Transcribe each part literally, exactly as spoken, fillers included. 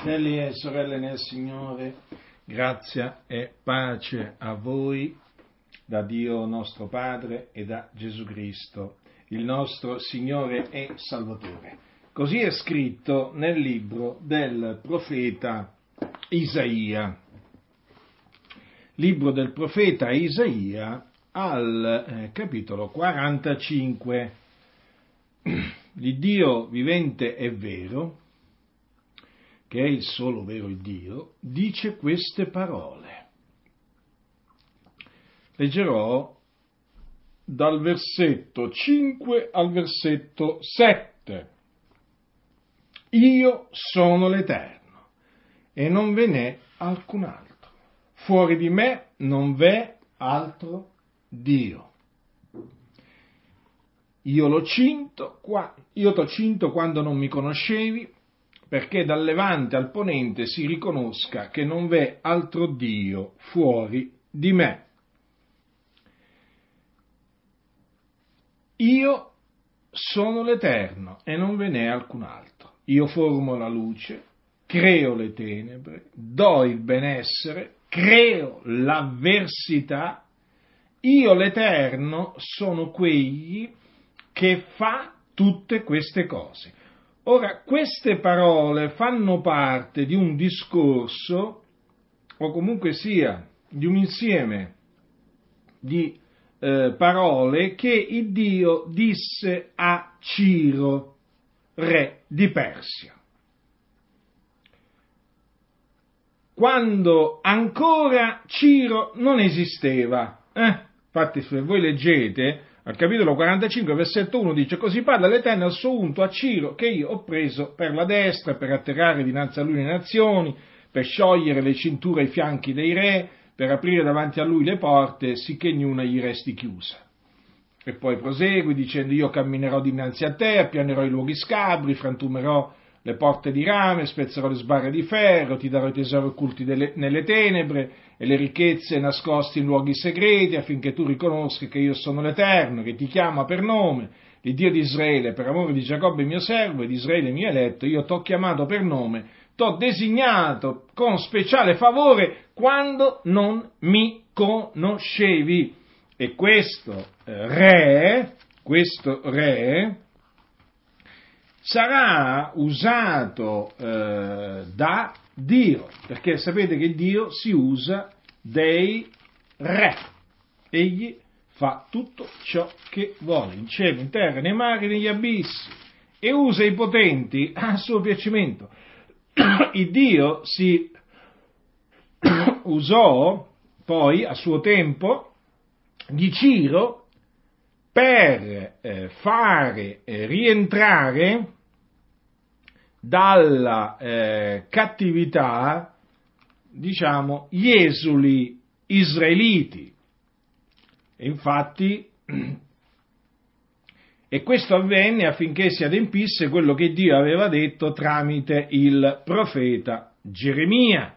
Fratelli e sorelle nel Signore, grazia e pace a voi da Dio nostro Padre e da Gesù Cristo, il nostro Signore e Salvatore. Così è scritto nel libro del profeta Isaia. Libro del profeta Isaia al eh, capitolo quarantacinque. L'Iddio vivente e vero, che è il solo vero Dio, dice queste parole. Leggerò dal versetto cinque al versetto sette. Io sono l'Eterno e non ve n'è alcun altro. Fuori di me non v'è altro Dio. Io l'ho cinto, io t'ho cinto quando non mi conoscevi, perché dal levante al ponente si riconosca che non v'è altro Dio fuori di me. Io sono l'Eterno e non ve n'è alcun altro. Io formo la luce, creo le tenebre, do il benessere, creo l'avversità. Io l'Eterno sono quegli che fa tutte queste cose. Ora, queste parole fanno parte di un discorso, o comunque sia di un insieme di eh, parole che il Dio disse a Ciro, re di Persia, quando ancora Ciro non esisteva. Eh? Infatti, se voi leggete al capitolo quarantacinque, versetto uno, dice: così parla l'Eterno al suo unto a Ciro, che io ho preso per la destra, per atterrare dinanzi a lui le nazioni, per sciogliere le cinture ai fianchi dei re, per aprire davanti a lui le porte, sicché niuna gli resti chiusa. E poi prosegue dicendo: io camminerò dinanzi a te, appianerò i luoghi scabri, frantumerò le porte di rame, spezzerò le sbarre di ferro, ti darò i tesori occulti delle, nelle tenebre e le ricchezze nascoste in luoghi segreti, affinché tu riconosca che io sono l'Eterno, che ti chiama per nome, il Dio di Israele, per amore di Giacobbe mio servo e di Israele mio eletto. Io t'ho chiamato per nome, t'ho designato con speciale favore quando non mi conoscevi. E questo re, questo re, sarà usato eh, da Dio, perché sapete che Dio si usa dei re. Egli fa tutto ciò che vuole, in cielo, in terra, nei mari, negli abissi, e usa i potenti a suo piacimento. Il Dio si usò poi a suo tempo di Ciro per eh, fare eh, rientrare dalla eh, cattività, diciamo, gli esuli israeliti. E infatti, e questo avvenne affinché si adempisse quello che Dio aveva detto tramite il profeta Geremia.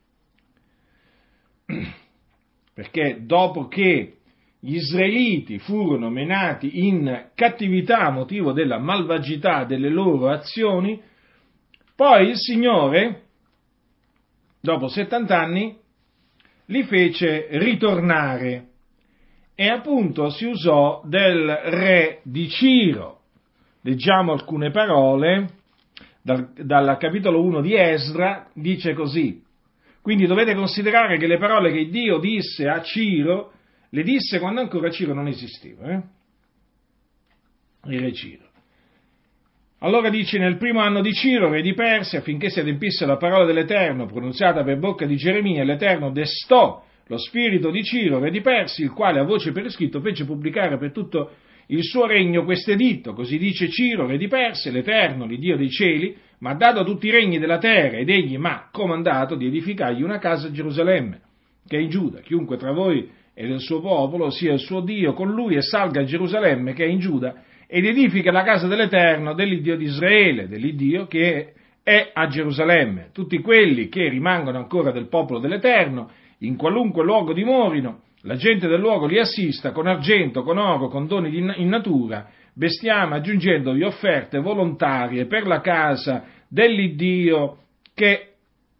Perché dopo che gli israeliti furono menati in cattività a motivo della malvagità delle loro azioni, poi il Signore, dopo settanta anni, li fece ritornare e appunto si usò del re di Ciro. Leggiamo alcune parole dal, dal capitolo uno di Esdra, dice così: quindi dovete considerare che le parole che Dio disse a Ciro le disse quando ancora Ciro non esisteva, eh? il re Ciro. Allora dice: nel primo anno di Ciro, re di Persia, affinché si adempisse la parola dell'Eterno pronunziata per bocca di Geremia, l'Eterno destò lo spirito di Ciro, re di Persia, il quale a voce per iscritto fece pubblicare per tutto il suo regno questo editto. Così dice Ciro, re di Persia: l'Eterno, l'Iddio dei cieli, mi ha dato tutti i regni della terra, ed egli mi ha comandato di edificargli una casa a Gerusalemme, che è in Giuda. Chiunque tra voi e del suo popolo sia il suo Dio con lui e salga a Gerusalemme, che è in Giuda, ed edifica la casa dell'Eterno, dell'Iddio di Israele, dell'Iddio che è a Gerusalemme. Tutti quelli che rimangono ancora del popolo dell'Eterno, in qualunque luogo dimorino, la gente del luogo li assista con argento, con oro, con doni in natura, bestiame, aggiungendovi offerte volontarie per la casa dell'Iddio che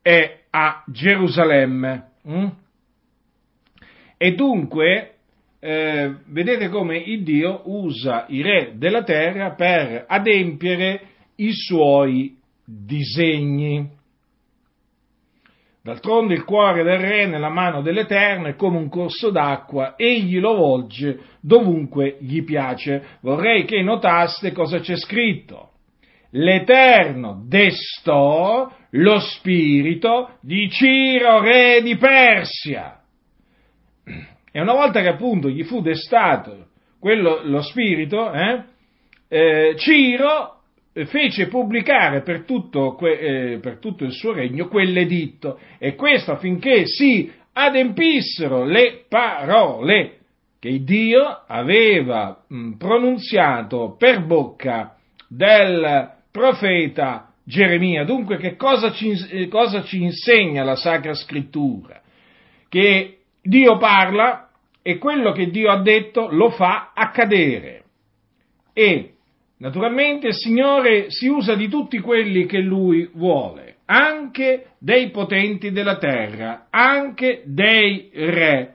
è a Gerusalemme. Mm? E dunque, eh, vedete come il Dio usa i re della terra per adempiere i suoi disegni. D'altronde il cuore del re nella mano dell'Eterno è come un corso d'acqua, egli lo volge dovunque gli piace. Vorrei che notaste cosa c'è scritto. L'Eterno destò lo spirito di Ciro, re di Persia. E una volta che appunto gli fu destato quello, lo spirito, eh, eh, Ciro fece pubblicare per tutto, que, eh, per tutto il suo regno quell'editto, e questo affinché si adempissero le parole che Dio aveva mh, pronunziato per bocca del profeta Geremia. Dunque, che cosa ci, eh, cosa ci insegna la Sacra Scrittura? Che Dio parla e quello che Dio ha detto lo fa accadere. E naturalmente il Signore si usa di tutti quelli che Lui vuole, anche dei potenti della terra, anche dei re.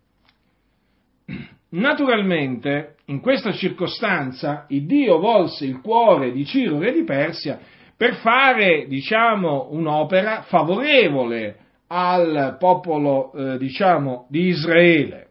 Naturalmente, in questa circostanza, il Dio volse il cuore di Ciro, re di Persia, per fare, diciamo, un'opera favorevole al popolo, eh, diciamo, di Israele.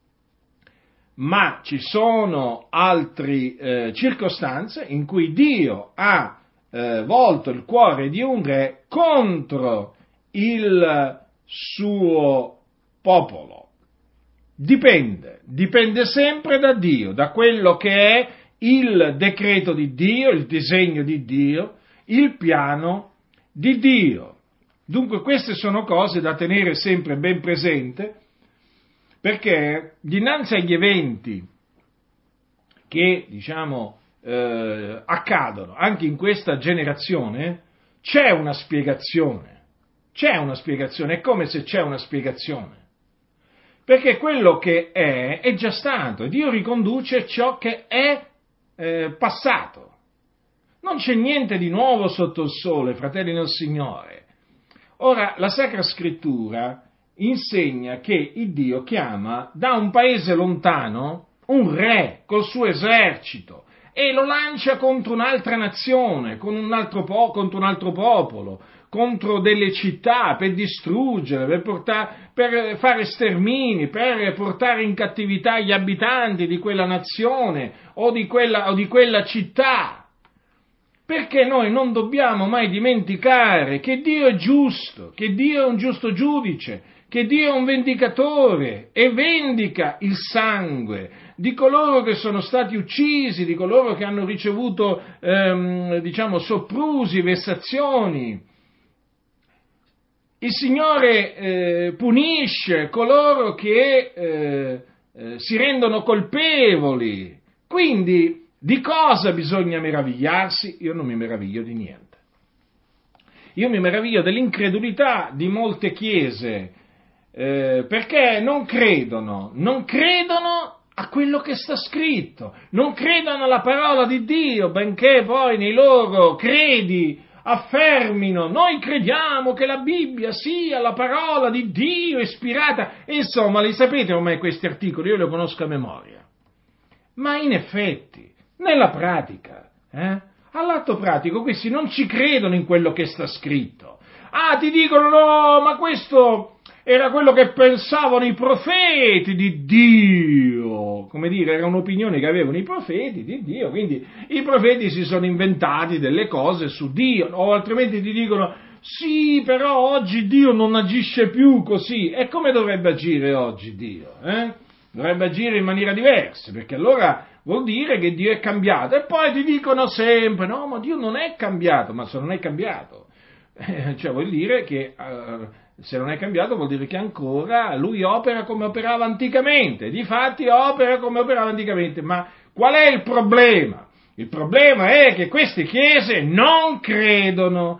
Ma ci sono altre eh, circostanze in cui Dio ha eh, volto il cuore di un re contro il suo popolo. Dipende, dipende sempre da Dio, da quello che è il decreto di Dio, il disegno di Dio, il piano di Dio. Dunque queste sono cose da tenere sempre ben presente, perché dinanzi agli eventi che, diciamo, eh, accadono anche in questa generazione, c'è una spiegazione, c'è una spiegazione, è come se c'è una spiegazione. Perché quello che è, è già stato, e Dio riconduce ciò che è eh, passato. Non c'è niente di nuovo sotto il sole, fratelli nel Signore. Ora, la Sacra Scrittura insegna che il Dio chiama da un paese lontano un re col suo esercito e lo lancia contro un'altra nazione, con un altro po- contro un altro popolo, contro delle città, per distruggere, per, portare, per fare stermini, per portare in cattività gli abitanti di quella nazione o di quella, o di quella città. Perché noi non dobbiamo mai dimenticare che Dio è giusto, che Dio è un giusto giudice, che Dio è un vendicatore e vendica il sangue di coloro che sono stati uccisi, di coloro che hanno ricevuto, ehm, diciamo, soprusi, vessazioni. Il Signore eh, punisce coloro che eh, eh, si rendono colpevoli. Quindi, di cosa bisogna meravigliarsi? Io non mi meraviglio di niente. Io mi meraviglio dell'incredulità di molte chiese, eh, perché non credono, non credono a quello che sta scritto, non credono alla parola di Dio, benché poi nei loro credi affermino: noi crediamo che la Bibbia sia la parola di Dio ispirata. E insomma, li sapete ormai questi articoli, io li conosco a memoria. Ma in effetti, nella pratica, eh, all'atto pratico, questi non ci credono in quello che sta scritto. Ah, ti dicono: no, ma questo era quello che pensavano i profeti di Dio. Come dire, era un'opinione che avevano i profeti di Dio, quindi i profeti si sono inventati delle cose su Dio, o altrimenti ti dicono: sì, però oggi Dio non agisce più così. E come dovrebbe agire oggi Dio? Eh? Dovrebbe agire in maniera diversa, perché allora vuol dire che Dio è cambiato. E poi ti dicono sempre: no, ma Dio non è cambiato. Ma se non è cambiato, eh, cioè vuol dire che uh, se non è cambiato vuol dire che ancora lui opera come operava anticamente. Difatti opera come operava anticamente. Ma qual è il problema? Il problema è che queste chiese non credono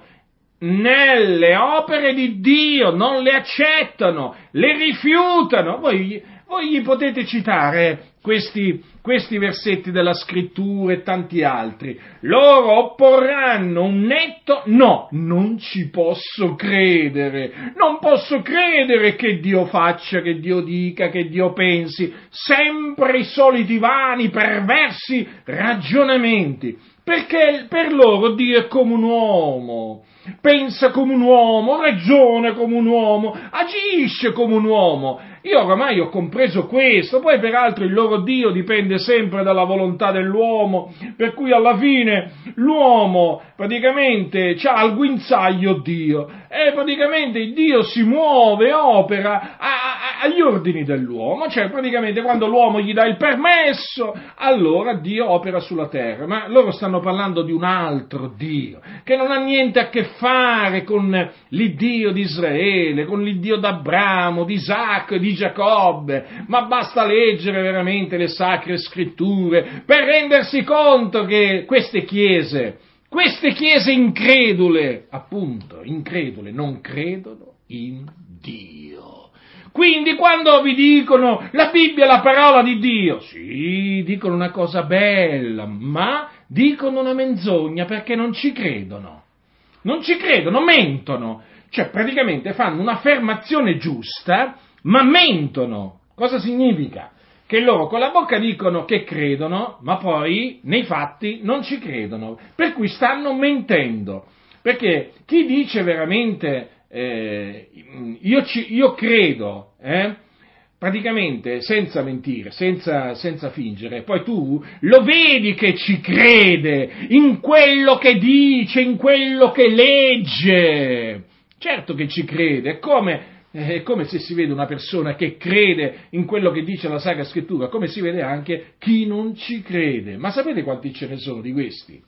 nelle opere di Dio, non le accettano, le rifiutano. Voi, voi gli potete citare questi, questi versetti della Scrittura e tanti altri. Loro opporranno un netto no, non ci posso credere, non posso credere che Dio faccia, che Dio dica, che Dio pensi, sempre i soliti vani, perversi ragionamenti, perché per loro Dio è come un uomo, pensa come un uomo, ragiona come un uomo, agisce come un uomo. Io oramai ho compreso questo, poi peraltro il loro Dio dipende sempre dalla volontà dell'uomo, per cui alla fine l'uomo praticamente c'ha al guinzaglio Dio, e praticamente Dio si muove, opera a, a, agli ordini dell'uomo, cioè praticamente quando l'uomo gli dà il permesso, allora Dio opera sulla terra, ma loro stanno parlando di un altro Dio, che non ha niente a che fare con l'Iddio di Israele, con l'Iddio d'Abramo, di Isacco e di Giacobbe, ma basta leggere veramente le sacre scritture per rendersi conto che queste chiese, queste chiese incredule, appunto, incredule, non credono in Dio. Quindi quando vi dicono la Bibbia è la parola di Dio, sì, dicono una cosa bella, ma dicono una menzogna perché non ci credono. Non ci credono, mentono. Cioè praticamente fanno un'affermazione giusta, ma mentono. Cosa significa? Che loro con la bocca dicono che credono, ma poi nei fatti non ci credono. Per cui stanno mentendo. Perché chi dice veramente eh, io, ci, io credo, eh, praticamente senza mentire, senza, senza fingere, poi tu lo vedi che ci crede in quello che dice, in quello che legge. Certo che ci crede, è come, è come se si vede una persona che crede in quello che dice la Sacra Scrittura, come si vede anche chi non ci crede. Ma sapete quanti ce ne sono di questi?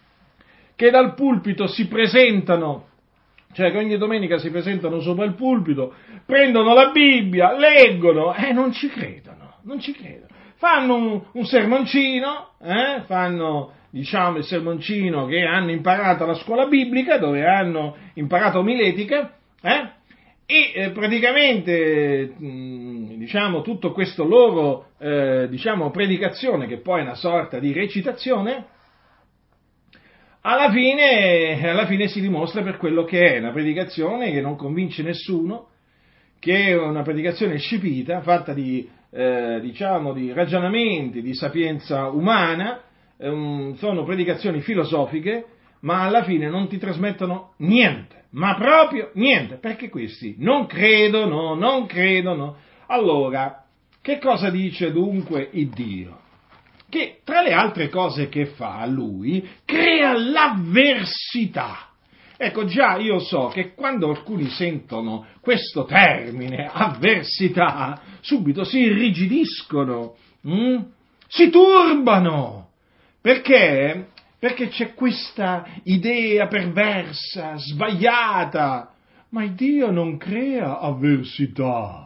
Che dal pulpito si presentano, cioè che ogni domenica si presentano sopra il pulpito, prendono la Bibbia, leggono e non ci credono, non ci credono. Fanno un, un sermoncino, eh, fanno diciamo il sermoncino che hanno imparato alla scuola biblica, dove hanno imparato omiletica, eh, e eh, praticamente mh, diciamo tutto questo loro eh, diciamo predicazione, che poi è una sorta di recitazione, Alla fine, alla fine si dimostra per quello che è, una predicazione che non convince nessuno, che è una predicazione scipita, fatta di, eh, diciamo, di ragionamenti, di sapienza umana, um, sono predicazioni filosofiche, ma alla fine non ti trasmettono niente, ma proprio niente, perché questi non credono, non credono. Allora, che cosa dice dunque il Dio? Che tra le altre cose che fa lui, crea l'avversità. Ecco, già io so che quando alcuni sentono questo termine, avversità, subito si irrigidiscono, hm? si turbano. Perché? Perché c'è questa idea perversa, sbagliata, ma Dio non crea avversità.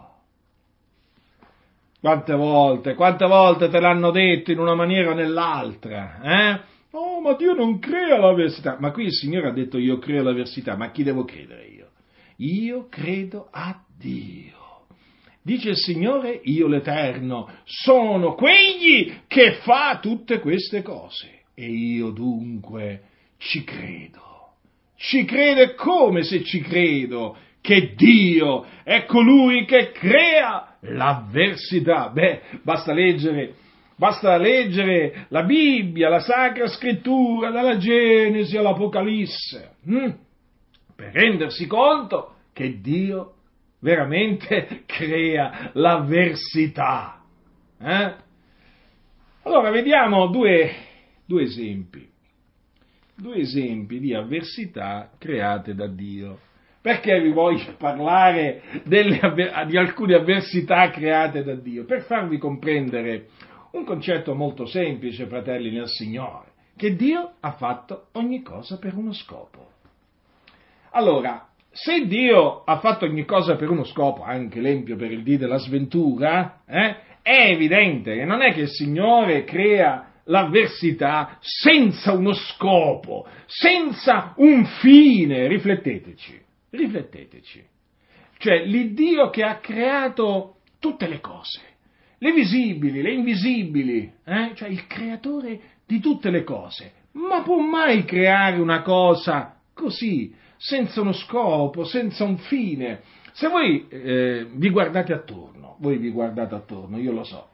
Quante volte, quante volte te l'hanno detto in una maniera o nell'altra, eh? Oh, ma Dio non crea l'avversità. Ma qui il Signore ha detto io creo l'avversità, ma a chi devo credere io? Io credo a Dio. Dice il Signore, io l'Eterno, sono quegli che fa tutte queste cose. E io dunque ci credo. Ci credo e come se ci credo che Dio è colui che crea l'avversità. Beh, basta leggere, basta leggere la Bibbia, la Sacra Scrittura, dalla Genesi all'Apocalisse, hm? per rendersi conto che Dio veramente crea l'avversità. Eh? Allora, vediamo due, due esempi, due esempi di avversità create da Dio. Perché vi voglio parlare delle, di alcune avversità create da Dio? Per farvi comprendere un concetto molto semplice, fratelli nel Signore, che Dio ha fatto ogni cosa per uno scopo. Allora, se Dio ha fatto ogni cosa per uno scopo, anche l'empio per il dì della sventura, eh, è evidente che non è che il Signore crea l'avversità senza uno scopo, senza un fine. Rifletteteci. Rifletteteci, cioè l'Iddio che ha creato tutte le cose, le visibili, le invisibili, eh? Cioè il creatore di tutte le cose. Ma può mai creare una cosa così, senza uno scopo, senza un fine? Se voi eh, vi guardate attorno, voi vi guardate attorno, io lo so,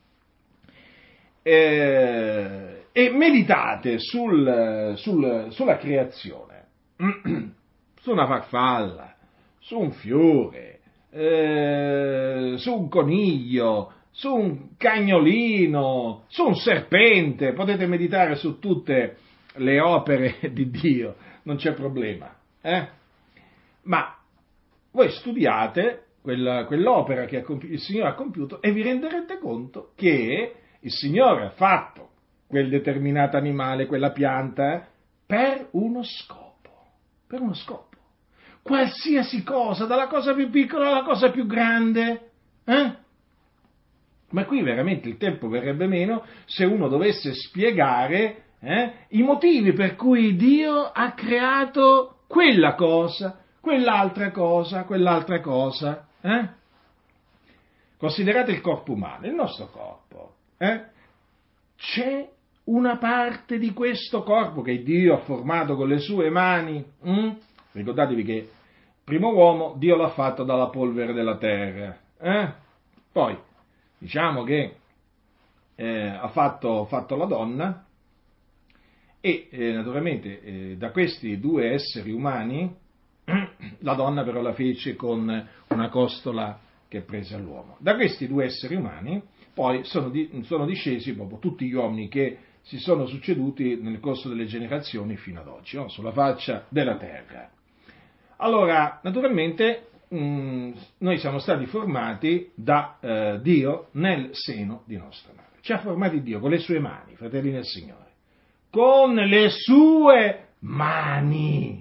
eh, e meditate sul, sul, sulla creazione, su una farfalla, su un fiore, eh, su un coniglio, su un cagnolino, su un serpente, potete meditare su tutte le opere di Dio, non c'è problema, eh? Ma voi studiate quella, quell'opera che il Signore ha compiuto e vi renderete conto che il Signore ha fatto quel determinato animale, quella pianta, per uno scopo, per uno scopo. Qualsiasi cosa, dalla cosa più piccola alla cosa più grande, eh? Ma qui veramente il tempo verrebbe meno se uno dovesse spiegare eh, i motivi per cui Dio ha creato quella cosa, quell'altra cosa, quell'altra cosa. Eh? Considerate il corpo umano, il nostro corpo. Eh? C'è una parte di questo corpo che Dio ha formato con le sue mani. Hm? Ricordatevi che il primo uomo Dio l'ha fatto dalla polvere della terra. Eh? Poi, diciamo che eh, ha fatto, fatto la donna e eh, naturalmente eh, da questi due esseri umani la donna però la fece con una costola che prese all'uomo. Da questi due esseri umani poi sono, di, sono discesi proprio tutti gli uomini che si sono succeduti nel corso delle generazioni fino ad oggi, no? Sulla faccia della terra. Allora, naturalmente, mh, noi siamo stati formati da eh, Dio nel seno di nostra madre. Ci ha formati Dio con le sue mani, fratelli del Signore. Con le sue mani.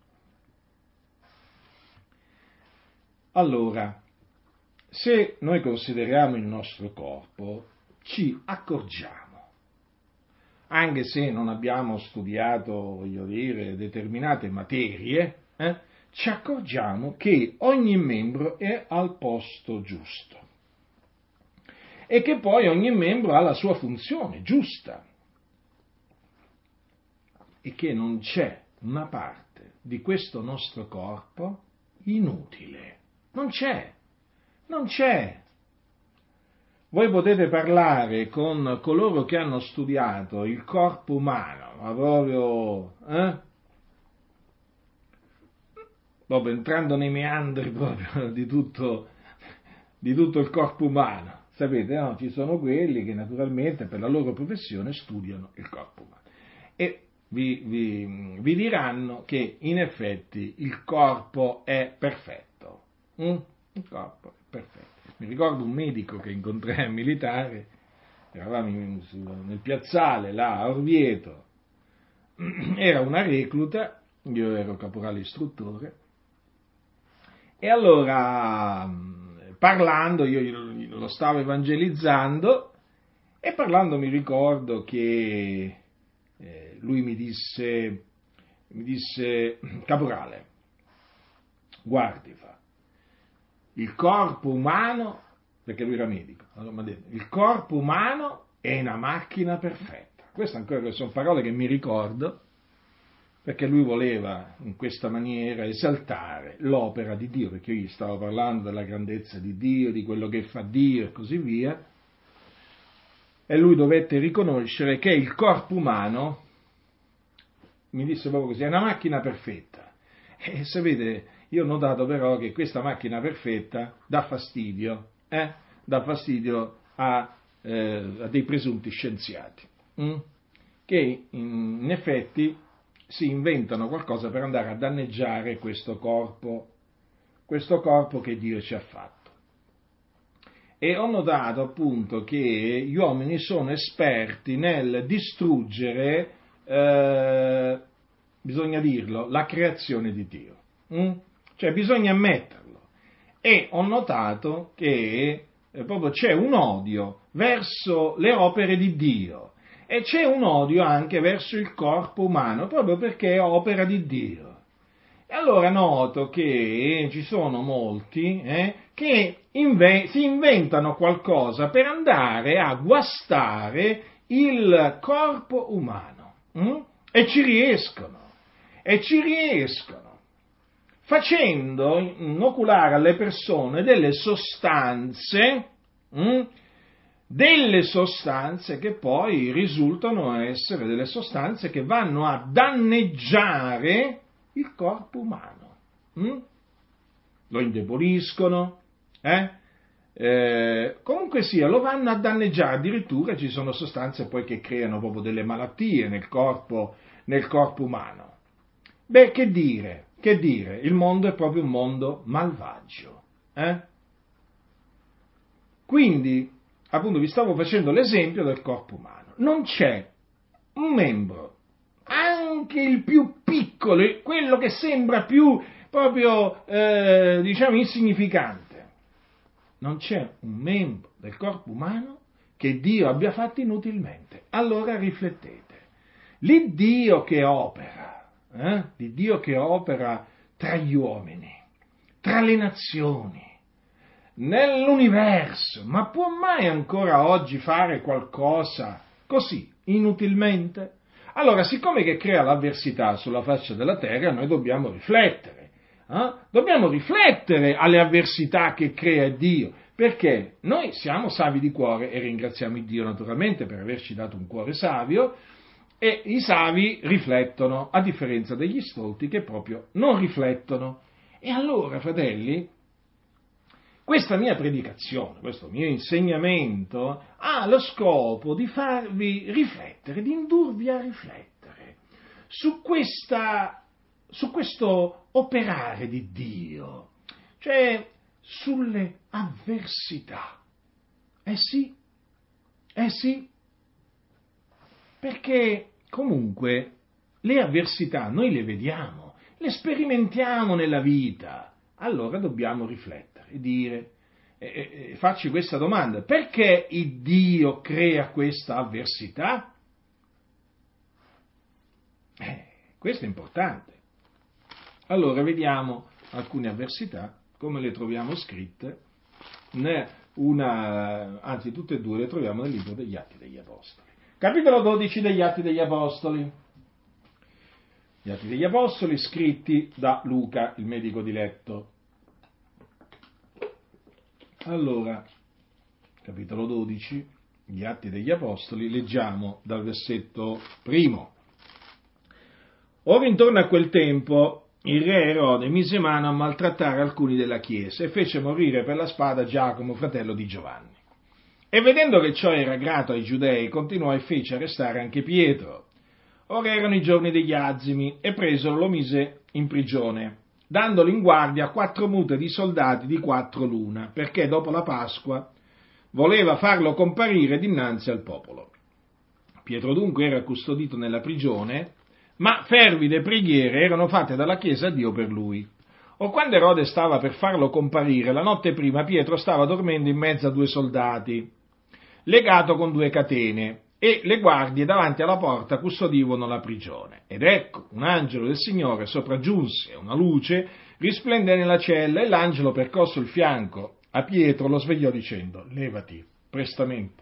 Allora, se noi consideriamo il nostro corpo, ci accorgiamo, anche se non abbiamo studiato, voglio dire, determinate materie, eh, ci accorgiamo che ogni membro è al posto giusto e che poi ogni membro ha la sua funzione giusta e che non c'è una parte di questo nostro corpo inutile. Non c'è, non c'è. Voi potete parlare con coloro che hanno studiato il corpo umano, ma proprio, eh? proprio entrando nei meandri proprio di tutto, di tutto il corpo umano. Sapete, no? Ci sono quelli che naturalmente per la loro professione studiano il corpo umano e vi, vi, vi diranno che in effetti il corpo è perfetto. Mm? Il corpo è perfetto. Mi ricordo un medico che incontrai a Militare, eravamo in, nel piazzale là a Orvieto, era una recluta, io ero caporale istruttore, e allora parlando, io lo stavo evangelizzando, e parlando mi ricordo che eh, lui mi disse, mi disse, caporale, guardi, fa, il corpo umano, perché lui era medico, allora mi ha detto, il corpo umano è una macchina perfetta. Queste ancora sono parole che mi ricordo, perché lui voleva in questa maniera esaltare l'opera di Dio, perché io gli stavo parlando della grandezza di Dio, di quello che fa Dio e così via, e lui dovette riconoscere che il corpo umano, mi disse proprio così, è una macchina perfetta. E sapete, io ho notato però che questa macchina perfetta dà fastidio, eh? dà fastidio a, eh, a dei presunti scienziati, hm? che in, in effetti si inventano qualcosa per andare a danneggiare questo corpo, questo corpo che Dio ci ha fatto. E ho notato appunto che gli uomini sono esperti nel distruggere, eh, bisogna dirlo, la creazione di Dio. Mm? Cioè bisogna ammetterlo. E ho notato che eh, proprio c'è un odio verso le opere di Dio e c'è un odio anche verso il corpo umano, proprio perché è opera di Dio. E allora noto che ci sono molti eh, che inve- si inventano qualcosa per andare a guastare il corpo umano. Hm? E ci riescono, e ci riescono, facendo inoculare alle persone delle sostanze, hm? delle sostanze che poi risultano essere delle sostanze che vanno a danneggiare il corpo umano. Hm? Lo indeboliscono, eh? Eh, comunque sia, lo vanno a danneggiare, addirittura ci sono sostanze poi che creano proprio delle malattie nel corpo, nel corpo umano. Beh, che dire, che dire, il mondo è proprio un mondo malvagio. Eh? Quindi, appunto, vi stavo facendo l'esempio del corpo umano. Non c'è un membro, anche il più piccolo, quello che sembra più proprio, eh, diciamo, insignificante, non c'è un membro del corpo umano che Dio abbia fatto inutilmente. Allora riflettete. L'Iddio che opera, eh? l'Iddio che opera tra gli uomini, tra le nazioni, nell'universo, ma può mai ancora oggi fare qualcosa così, inutilmente? Allora, siccome che crea l'avversità sulla faccia della terra, noi dobbiamo riflettere. Eh? Dobbiamo riflettere alle avversità che crea Dio, perché noi siamo savi di cuore e ringraziamo Dio naturalmente per averci dato un cuore savio, e i savi riflettono, a differenza degli stolti che proprio non riflettono. E allora, fratelli, questa mia predicazione, questo mio insegnamento ha lo scopo di farvi riflettere, di indurvi a riflettere su questa su questo operare di Dio, cioè sulle avversità. Eh sì, eh sì, perché comunque le avversità noi le vediamo, le sperimentiamo nella vita, allora dobbiamo riflettere e dire, e, e farci questa domanda: perché il Dio crea questa avversità? Eh, questo è importante. Allora vediamo alcune avversità, come le troviamo scritte, una, anzi tutte e due le troviamo nel libro degli Atti degli Apostoli. Capitolo dodici degli Atti degli Apostoli. Gli Atti degli Apostoli scritti da Luca, il medico diletto. Allora, capitolo dodici, gli Atti degli Apostoli, leggiamo dal versetto primo. Ora intorno a quel tempo il re Erode mise mano a maltrattare alcuni della Chiesa e fece morire per la spada Giacomo, fratello di Giovanni. E vedendo che ciò era grato ai giudei, continuò e fece arrestare anche Pietro. Ora erano i giorni degli azimi, e presolo lo mise in prigione, dandolo in guardia a quattro mute di soldati di quattro l'una, perché dopo la Pasqua voleva farlo comparire dinanzi al popolo. Pietro dunque era custodito nella prigione, ma fervide preghiere erano fatte dalla Chiesa a Dio per lui. O quando Erode stava per farlo comparire, la notte prima Pietro stava dormendo in mezzo a due soldati, legato con due catene, e le guardie davanti alla porta custodivano la prigione. Ed ecco, un angelo del Signore sopraggiunse, una luce risplende nella cella, e l'angelo, percosso il fianco a Pietro, lo svegliò dicendo: levati prestamente.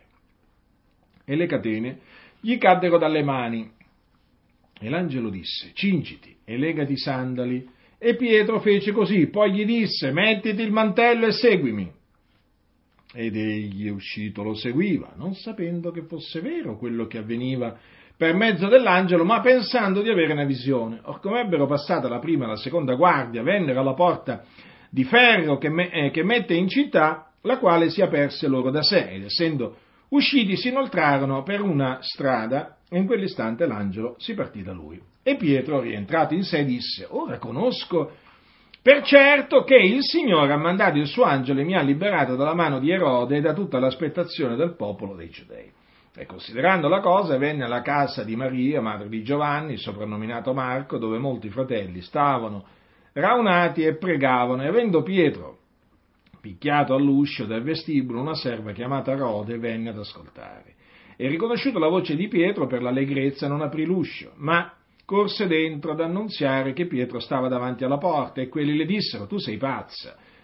E le catene gli caddero dalle mani. E l'angelo disse: cingiti e legati i sandali. E Pietro fece così, poi gli disse: mettiti il mantello e seguimi. Ed egli, uscito, lo seguiva, non sapendo che fosse vero quello che avveniva per mezzo dell'angelo, ma pensando di avere una visione. Or come ebbero passata la prima e la seconda guardia, vennero alla porta di ferro che, me, eh, che mette in città, la quale si aperse loro da sé, ed essendo usciti si inoltrarono per una strada, e in quell'istante l'angelo si partì da lui. E Pietro, rientrato in sé, disse: ora conosco per certo che il Signore ha mandato il suo angelo e mi ha liberato dalla mano di Erode e da tutta l'aspettazione del popolo dei Giudei. E considerando la cosa, venne alla casa di Maria, madre di Giovanni, soprannominato Marco, dove molti fratelli stavano raunati e pregavano, e avendo Pietro picchiato all'uscio del vestibolo, una serva chiamata Rode venne ad ascoltare. E riconosciuto la voce di Pietro, per l'allegrezza non aprì l'uscio, ma corse dentro ad annunziare che Pietro stava davanti alla porta, e quelli le dissero: tu sei pazza.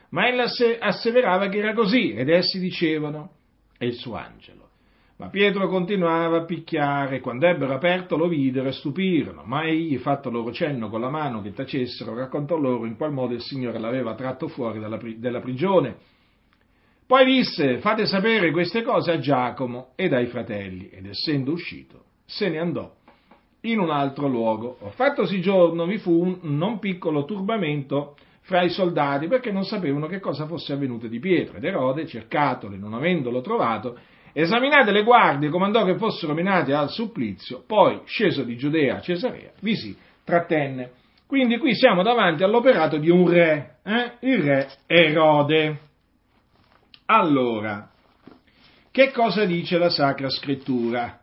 ma ella asseverava che era così, ed essi dicevano: è il suo angelo. Ma Pietro continuava a picchiare, quando ebbero aperto lo videro e stupirono, ma egli, fatto loro cenno con la mano che tacessero, raccontò loro in qual modo il Signore l'aveva tratto fuori dalla, della prigione. Poi disse: fate sapere queste cose a Giacomo ed ai fratelli, ed essendo uscito se ne andò in un altro luogo. Fattosi giorno vi fu un non piccolo turbamento fra i soldati, perché non sapevano che cosa fosse avvenuto di Pietro, ed Erode, cercatolo e non avendolo trovato, esaminate le guardie, comandò che fossero menati al supplizio, poi, sceso di Giudea a Cesarea, vi si trattenne. Quindi qui siamo davanti all'operato di un re, eh? il re Erode. Allora, che cosa dice la Sacra Scrittura?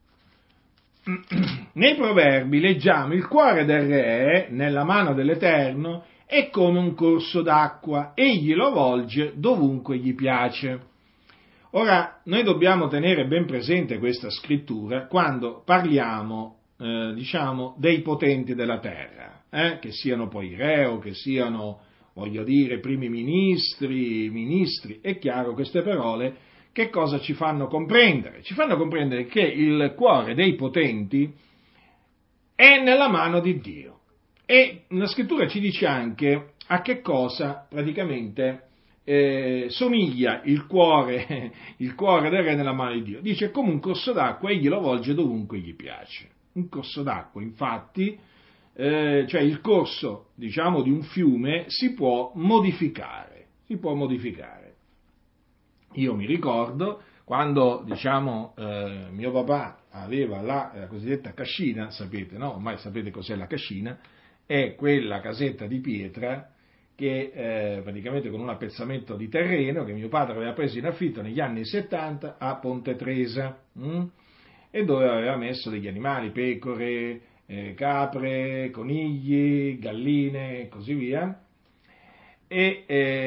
Nei Proverbi leggiamo: il cuore del re, nella mano dell'Eterno, è come un corso d'acqua, egli lo volge dovunque gli piace. Ora, noi dobbiamo tenere ben presente questa scrittura quando parliamo, eh, diciamo, dei potenti della terra, eh, che siano poi re o che siano, voglio dire, primi ministri, ministri. È chiaro, queste parole che cosa ci fanno comprendere? Ci fanno comprendere che il cuore dei potenti è nella mano di Dio. E la scrittura ci dice anche a che cosa praticamente Eh, somiglia il cuore, il cuore del re nella mano di Dio. Dice: come un corso d'acqua, egli lo volge dovunque gli piace. Un corso d'acqua, infatti, eh, cioè il corso, diciamo, di un fiume si può modificare, si può modificare. Io mi ricordo quando, diciamo, eh, mio papà aveva la, la cosiddetta cascina, sapete, no? Ormai sapete cos'è la cascina, è quella casetta di pietra che eh, praticamente con un appezzamento di terreno che mio padre aveva preso in affitto negli anni settanta a Ponte Tresa, hm? e dove aveva messo degli animali, pecore, eh, capre, conigli, galline e così via, e,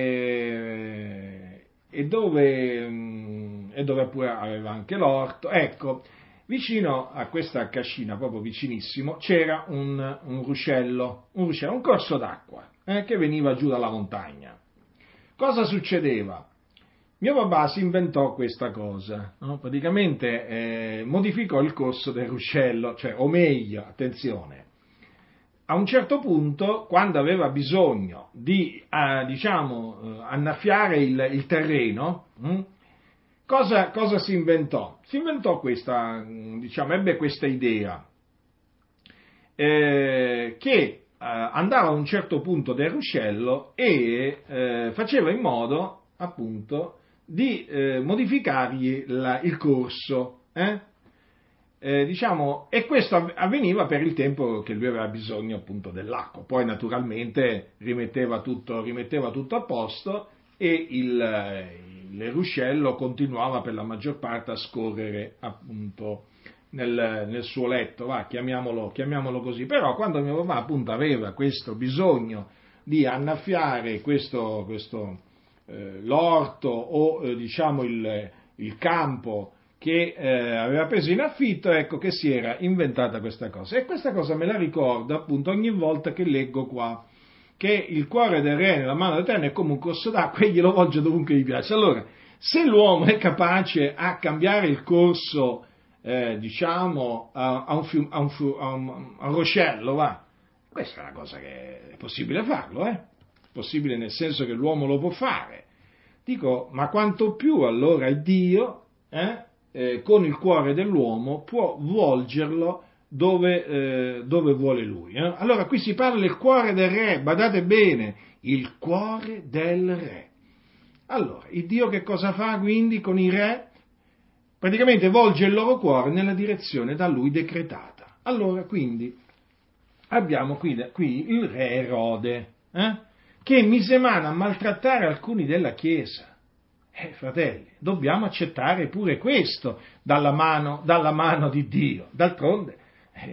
eh, e, dove, mh, e dove pure aveva anche l'orto. Ecco, vicino a questa cascina, proprio vicinissimo, c'era un, un ruscello, un ruscello, un corso d'acqua, Eh, che veniva giù dalla montagna. Cosa succedeva? Mio papà si inventò questa cosa, no? Praticamente eh, modificò il corso del ruscello, cioè, o meglio, attenzione, a un certo punto, quando aveva bisogno di, eh, diciamo, eh, annaffiare il, il terreno, hm, cosa, cosa si inventò? Si inventò questa, diciamo, ebbe questa idea, eh, che Uh, andava a un certo punto del ruscello e uh, faceva in modo, appunto, di uh, modificargli la, il corso, eh? Eh, diciamo, e questo avveniva per il tempo che lui aveva bisogno, appunto, dell'acqua. Poi, naturalmente, rimetteva tutto, rimetteva tutto a posto e il, il ruscello continuava per la maggior parte a scorrere, appunto, Nel, nel suo letto, va, chiamiamolo, chiamiamolo così. Però quando mio papà, appunto, aveva questo bisogno di annaffiare questo, questo eh, l'orto o eh, diciamo il, il campo che eh, aveva preso in affitto, ecco che si era inventata questa cosa. E questa cosa me la ricordo, appunto, ogni volta che leggo qua che il cuore del re nella mano dell'Eterno è come un corso d'acqua e glielo volge dovunque gli piace. Allora, se l'uomo è capace a cambiare il corso, Eh, diciamo, a, a, un fium, a, un, a, un, a un ruscello, va. Questa è una cosa che è possibile farlo, eh? È possibile nel senso che l'uomo lo può fare. Dico, ma quanto più allora il Dio, eh, eh, con il cuore dell'uomo, può volgerlo dove, eh, dove vuole lui. Eh? Allora qui si parla del cuore del re, badate bene, il cuore del re. Allora, il Dio che cosa fa quindi con i re? Praticamente volge il loro cuore nella direzione da lui decretata. Allora, quindi, abbiamo qui, qui il re Erode, eh, che mise mano a maltrattare alcuni della Chiesa. Eh, fratelli, dobbiamo accettare pure questo dalla mano, dalla mano di Dio. D'altronde, eh,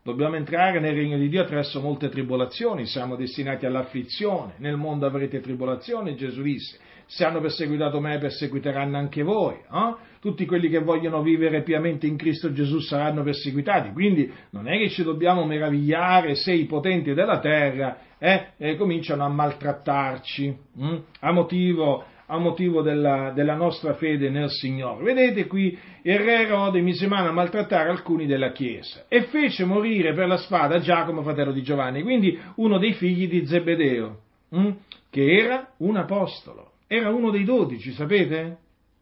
dobbiamo entrare nel regno di Dio attraverso molte tribolazioni, siamo destinati all'afflizione, nel mondo avrete tribolazione, Gesù disse, se hanno perseguitato me perseguiteranno anche voi, eh? Tutti quelli che vogliono vivere piamente in Cristo Gesù saranno perseguitati, quindi non è che ci dobbiamo meravigliare se i potenti della terra eh, eh, cominciano a maltrattarci, hm? a motivo a motivo della, della nostra fede nel Signore. Vedete qui, il re Erode mise mano a maltrattare alcuni della Chiesa e fece morire per la spada Giacomo, fratello di Giovanni, quindi uno dei figli di Zebedeo, hm? che era un apostolo, era uno dei dodici, sapete?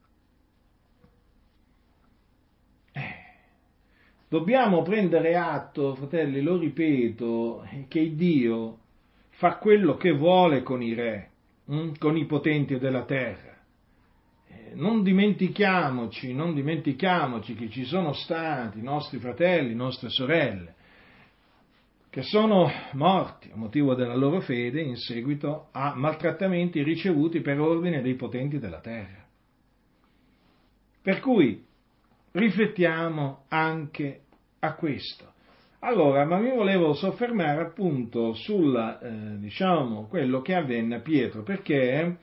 Eh, dobbiamo prendere atto, fratelli, lo ripeto, che Dio fa quello che vuole con i re, con i potenti della terra. Non dimentichiamoci, non dimentichiamoci che ci sono stati nostri fratelli, nostre sorelle, che sono morti a motivo della loro fede in seguito a maltrattamenti ricevuti per ordine dei potenti della terra. Per cui riflettiamo anche a questo. Allora, ma mi volevo soffermare appunto sul, eh, diciamo, quello che avvenne a Pietro, perché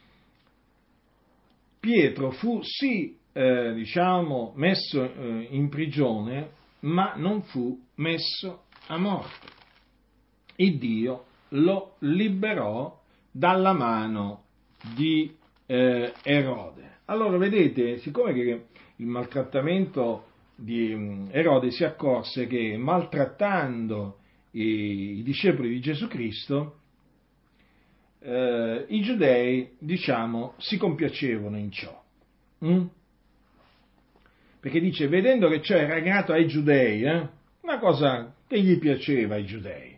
Pietro fu sì, eh, diciamo, messo eh, in prigione, ma non fu messo a morte. Il Dio lo liberò dalla mano di eh, Erode. Allora, vedete, siccome che il maltrattamento di Erode si accorse che maltrattando i, i discepoli di Gesù Cristo, eh, i giudei, diciamo, si compiacevano in ciò. Mm? Perché dice, vedendo che ciò era grato ai giudei, eh, una cosa che gli piaceva ai giudei.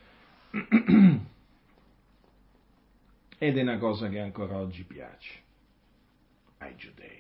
Ed è una cosa che ancora oggi piace ai giudei.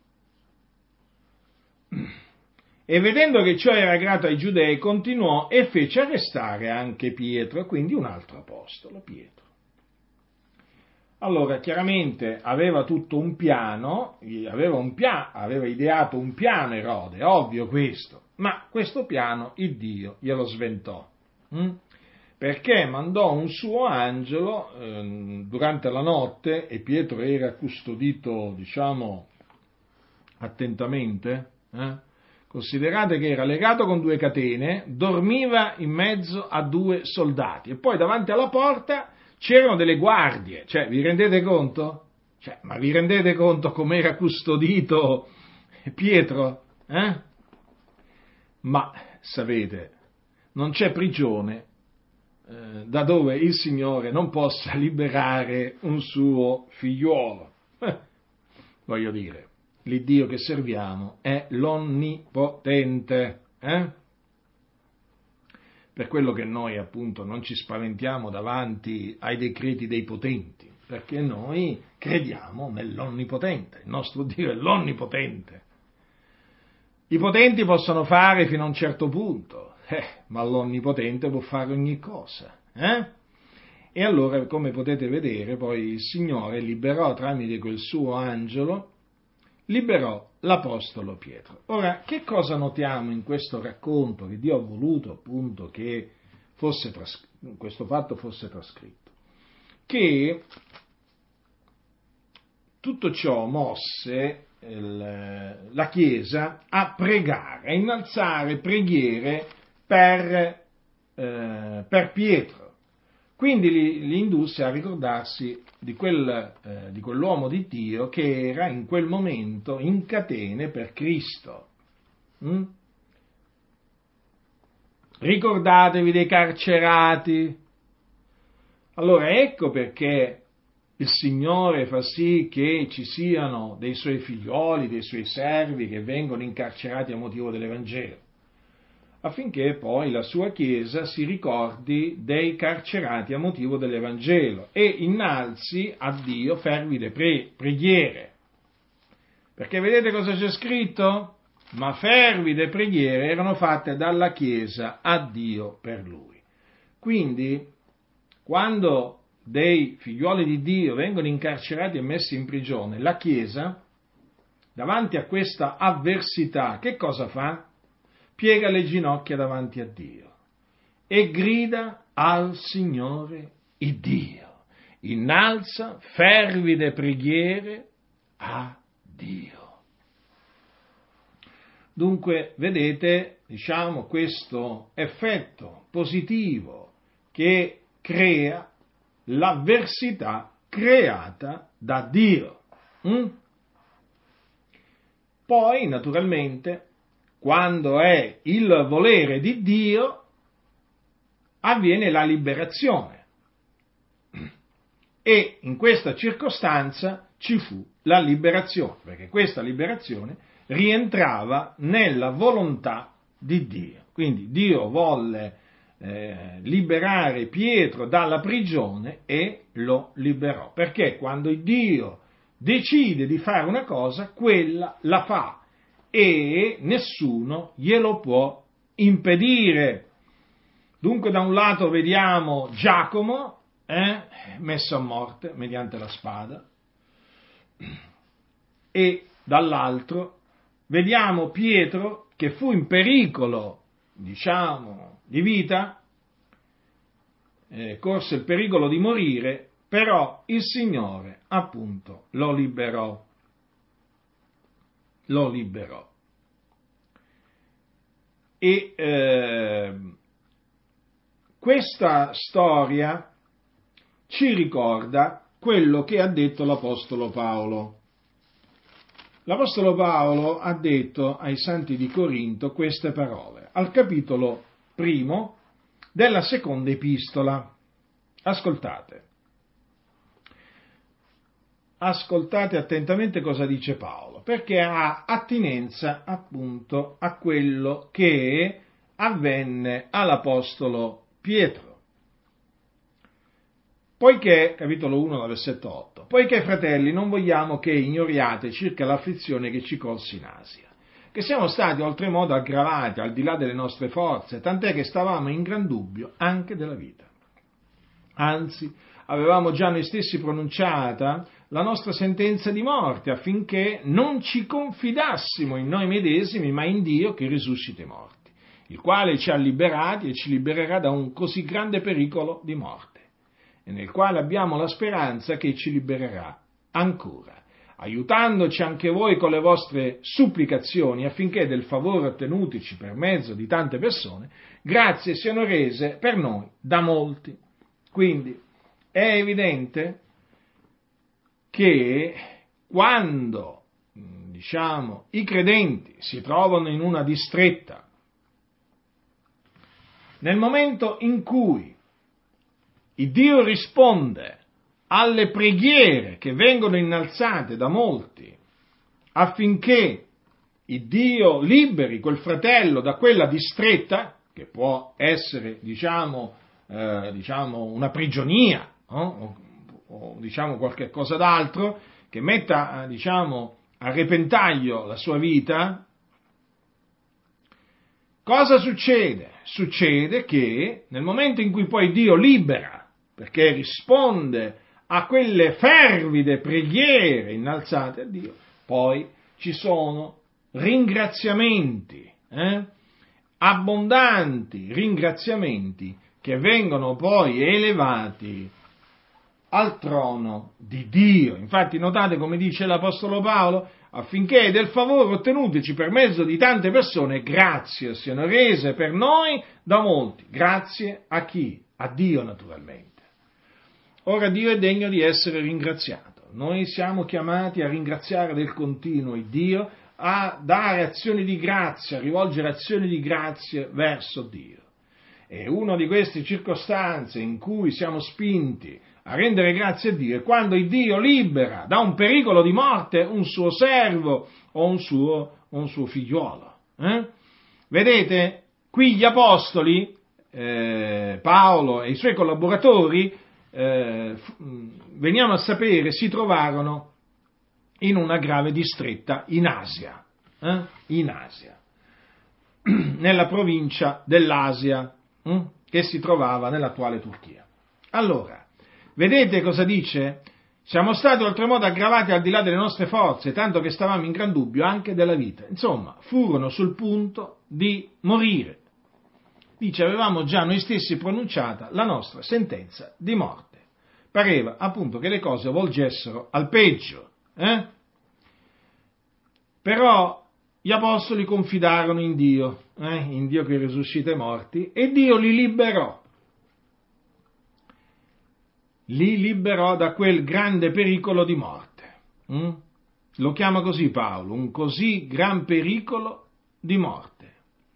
E vedendo che ciò era grato ai giudei, continuò e fece arrestare anche Pietro, quindi un altro apostolo, Pietro. Allora, chiaramente aveva tutto un piano, aveva, un pia- aveva ideato un piano Erode, è ovvio questo, ma questo piano il Dio glielo sventò, hm? perché mandò un suo angelo eh, durante la notte, e Pietro era custodito, diciamo, attentamente, eh? Considerate che era legato con due catene, dormiva in mezzo a due soldati e poi davanti alla porta c'erano delle guardie, cioè vi rendete conto? Cioè, ma vi rendete conto com'era custodito Pietro? Eh? Ma sapete, non c'è prigione eh, da dove il Signore non possa liberare un suo figliuolo. Eh, voglio dire. L'Iddio che serviamo è l'Onnipotente, eh? Per quello che noi appunto non ci spaventiamo davanti ai decreti dei potenti, perché noi crediamo nell'Onnipotente, il nostro Dio è l'Onnipotente. I potenti possono fare fino a un certo punto, eh, ma l'Onnipotente può fare ogni cosa, eh? E allora, come potete vedere, poi il Signore liberò tramite quel suo angelo, liberò l'Apostolo Pietro. Ora, che cosa notiamo in questo racconto che Dio ha voluto appunto che fosse tras- questo fatto fosse trascritto? Che tutto ciò mosse il, la Chiesa a pregare, a innalzare preghiere per, eh, per Pietro. Quindi li, li indusse a ricordarsi di, quel, eh, di quell'uomo di Dio che era in quel momento in catene per Cristo. Mm? Ricordatevi dei carcerati. Allora ecco perché il Signore fa sì che ci siano dei suoi figlioli, dei suoi servi che vengono incarcerati a motivo dell'Evangelo, affinché poi la sua Chiesa si ricordi dei carcerati a motivo dell'Evangelo e innalzi a Dio fervide pre- preghiere. Perché vedete cosa c'è scritto? Ma fervide preghiere erano fatte dalla Chiesa a Dio per lui. Quindi, quando dei figlioli di Dio vengono incarcerati e messi in prigione, la Chiesa, davanti a questa avversità, che cosa fa? Piega le ginocchia davanti a Dio e grida al Signore Iddio, innalza fervide preghiere a Dio. Dunque, vedete, diciamo, questo effetto positivo che crea l'avversità creata da Dio. Mm? Poi, naturalmente, quando è il volere di Dio, avviene la liberazione. E in questa circostanza ci fu la liberazione, perché questa liberazione rientrava nella volontà di Dio. Quindi Dio volle eh, liberare Pietro dalla prigione e lo liberò, perché quando Dio decide di fare una cosa, quella la fa e nessuno glielo può impedire. Dunque da un lato vediamo Giacomo eh, messo a morte mediante la spada e dall'altro vediamo Pietro che fu in pericolo, diciamo, di vita, eh, corse il pericolo di morire, però il Signore appunto lo liberò. Lo liberò. E eh, questa storia ci ricorda quello che ha detto l'Apostolo Paolo. L'Apostolo Paolo ha detto ai santi di Corinto queste parole, al capitolo primo della seconda epistola. Ascoltate. Ascoltate attentamente cosa dice Paolo, perché ha attinenza appunto a quello che avvenne all'Apostolo Pietro. Poiché, capitolo uno, versetto otto, poiché fratelli non vogliamo che ignoriate circa l'afflizione che ci colse in Asia, che siamo stati oltremodo aggravati al di là delle nostre forze, tant'è che stavamo in gran dubbio anche della vita. Anzi, avevamo già noi stessi pronunciata la nostra sentenza di morte affinché non ci confidassimo in noi medesimi, ma in Dio che risuscita i morti, il quale ci ha liberati e ci libererà da un così grande pericolo di morte, e nel quale abbiamo la speranza che ci libererà ancora, aiutandoci anche voi con le vostre supplicazioni affinché del favore ottenutici per mezzo di tante persone, grazie siano rese per noi da molti. Quindi è evidente che quando, diciamo, i credenti si trovano in una distretta, nel momento in cui il Dio risponde alle preghiere che vengono innalzate da molti affinché il Dio liberi quel fratello da quella distretta, che può essere, diciamo, eh, diciamo una prigionia, no? o, o diciamo qualche cosa d'altro, che metta, diciamo, a repentaglio la sua vita, cosa succede? Succede che nel momento in cui poi Dio libera, perché risponde a quelle fervide preghiere innalzate a Dio, poi ci sono ringraziamenti, eh? abbondanti ringraziamenti che vengono poi elevati al trono di Dio. Infatti notate come dice l'Apostolo Paolo, affinché del favore ottenutici per mezzo di tante persone grazie siano rese per noi da molti. Grazie a chi? A Dio naturalmente. Ora Dio è degno di essere ringraziato. Noi siamo chiamati a ringraziare del continuo il Dio, a dare azioni di grazia, a rivolgere azioni di grazia verso Dio. E una di queste circostanze in cui siamo spinti a rendere grazie a Dio è quando il Dio libera da un pericolo di morte un suo servo o un suo, un suo figliuolo. Eh? Vedete, qui gli apostoli, eh, Paolo e i suoi collaboratori, eh, veniamo a sapere, si trovarono in una grave distretta in Asia, eh? in Asia, nella provincia dell'Asia, eh? che si trovava nell'attuale Turchia. Allora, vedete cosa dice? Siamo stati oltremodo aggravati al di là delle nostre forze, tanto che stavamo in gran dubbio anche della vita. Insomma, furono sul punto di morire. dice avevamo già noi stessi pronunciata la nostra sentenza di morte. Pareva appunto che le cose volgessero al peggio. Eh? Però gli apostoli confidarono in Dio, eh? in Dio che risuscita i morti, e Dio li liberò. Li liberò da quel grande pericolo di morte. Mm? Lo chiama così Paolo, un così gran pericolo di morte.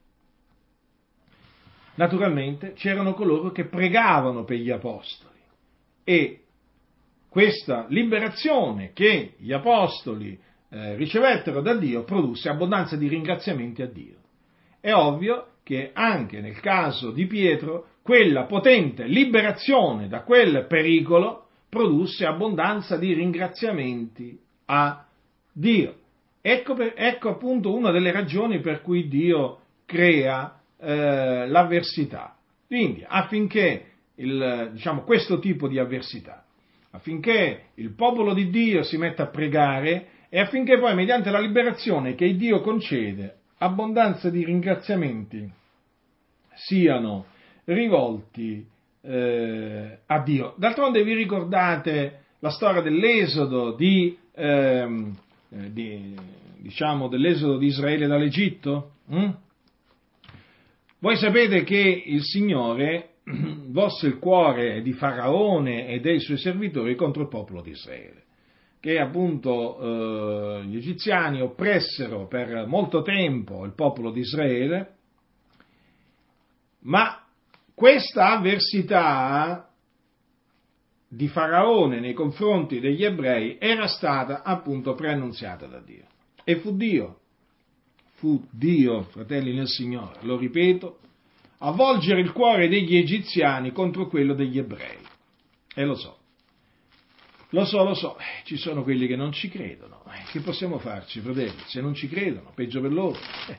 Naturalmente c'erano coloro che pregavano per gli apostoli e questa liberazione che gli apostoli eh, ricevettero da Dio produsse abbondanza di ringraziamenti a Dio. È ovvio che anche nel caso di Pietro quella potente liberazione da quel pericolo produsse abbondanza di ringraziamenti a Dio. Ecco, per, ecco appunto una delle ragioni per cui Dio crea eh, l'avversità. Quindi affinché il, diciamo, questo tipo di avversità, affinché il popolo di Dio si metta a pregare e affinché poi mediante la liberazione che Dio concede abbondanza di ringraziamenti siano rivolti eh, a Dio. D'altronde vi ricordate la storia dell'esodo di, eh, di diciamo dell'esodo di Israele dall'Egitto? Mm? Voi sapete che il Signore volse il cuore di Faraone e dei suoi servitori contro il popolo di Israele, che appunto eh, gli egiziani oppressero per molto tempo il popolo di Israele, ma questa avversità di Faraone nei confronti degli ebrei era stata appunto preannunziata da Dio. E fu Dio, fu Dio, fratelli nel Signore, lo ripeto, a volgere il cuore degli egiziani contro quello degli ebrei. E lo so, lo so, lo so, ci sono quelli che non ci credono. Che possiamo farci, fratelli? Se non ci credono, peggio per loro. Eh.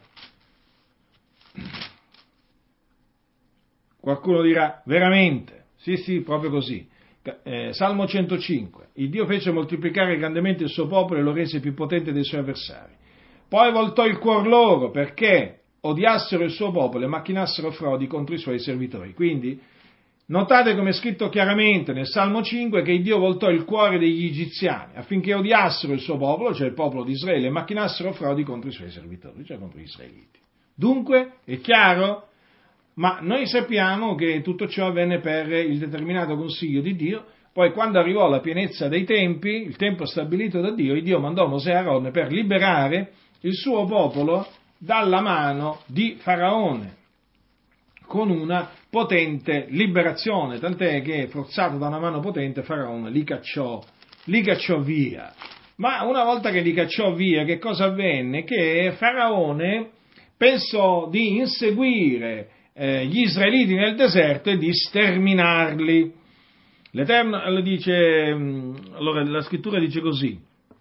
Qualcuno dirà, veramente? Sì, sì, proprio così. Eh, Salmo centocinque. Il Dio fece moltiplicare grandemente il suo popolo e lo rese più potente dei suoi avversari. Poi voltò il cuor loro perché odiassero il suo popolo e macchinassero frodi contro i suoi servitori. Quindi, notate come è scritto chiaramente nel Salmo cinque che il Dio voltò il cuore degli egiziani affinché odiassero il suo popolo, cioè il popolo di Israele, e macchinassero frodi contro i suoi servitori, cioè contro gli israeliti. Dunque, è chiaro? Ma noi sappiamo che tutto ciò avvenne per il determinato consiglio di Dio. Poi quando arrivò la pienezza dei tempi, il tempo stabilito da Dio, il Dio mandò Mosè e Aronne per liberare il suo popolo dalla mano di Faraone, con una potente liberazione, tant'è che, forzato da una mano potente, Faraone li cacciò, li cacciò via. Ma una volta che li cacciò via, che cosa avvenne? Che Faraone pensò di inseguire eh, gli israeliti nel deserto e di sterminarli. L'Eterno dice, allora la scrittura dice così: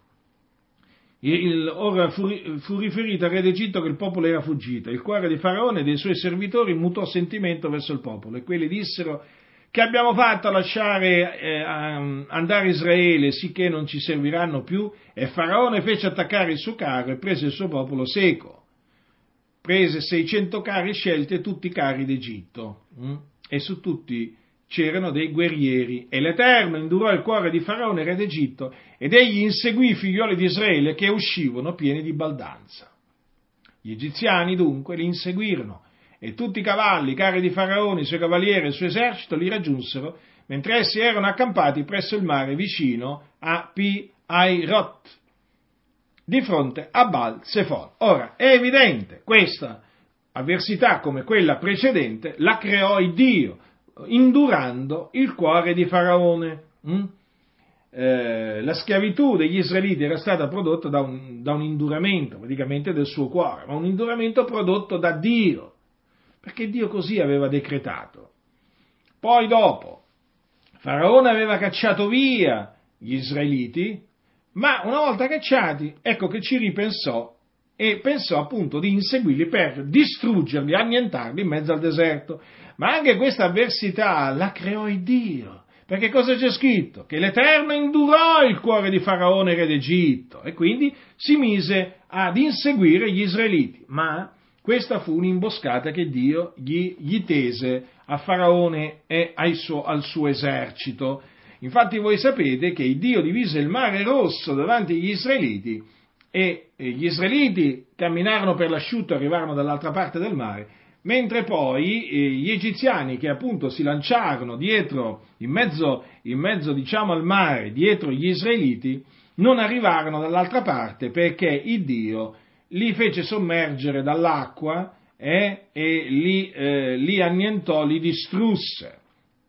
Il, ora fu, fu riferito al re d'Egitto che il popolo era fuggito. Il cuore di Faraone e dei suoi servitori mutò sentimento verso il popolo, e quelli dissero: che abbiamo fatto a lasciare eh, andare Israele, sicché non ci serviranno più? E Faraone fece attaccare il suo carro e prese il suo popolo seco. Prese seicento carri scelti e tutti i carri d'Egitto, mm? e su tutti c'erano dei guerrieri, e l'Eterno indurò il cuore di Faraone re d'Egitto, ed egli inseguì i figlioli di Israele che uscivano pieni di baldanza. Gli egiziani dunque li inseguirono, e tutti i cavalli, i carri di Faraone, i suoi cavalieri e il suo esercito li raggiunsero, mentre essi erano accampati presso il mare vicino a Pi-Hairot, di fronte a Baal Zephon. Ora, è evidente, questa avversità, come quella precedente, la creò il Dio, indurando il cuore di Faraone. Mm? Eh, la schiavitù degli israeliti era stata prodotta da un, da un induramento, praticamente del suo cuore, ma un induramento prodotto da Dio, perché Dio così aveva decretato. Poi dopo, Faraone aveva cacciato via gli israeliti, ma una volta cacciati, ecco che ci ripensò e pensò appunto di inseguirli per distruggerli, annientarli in mezzo al deserto. Ma anche questa avversità la creò il Dio, perché cosa c'è scritto? Che l'Eterno indurò il cuore di Faraone re d'Egitto, e quindi si mise ad inseguire gli israeliti. Ma Questa fu un'imboscata che Dio gli, gli tese a Faraone e ai suo, al suo esercito. Infatti voi sapete che il Dio divise il mare Rosso davanti agli Israeliti e, e gli Israeliti camminarono per l'asciutto e arrivarono dall'altra parte del mare, mentre poi eh, gli egiziani che appunto si lanciarono dietro, in mezzo, in mezzo diciamo al mare, dietro gli Israeliti, non arrivarono dall'altra parte perché il Dio li fece sommergere dall'acqua eh, e li, eh, li annientò, li distrusse.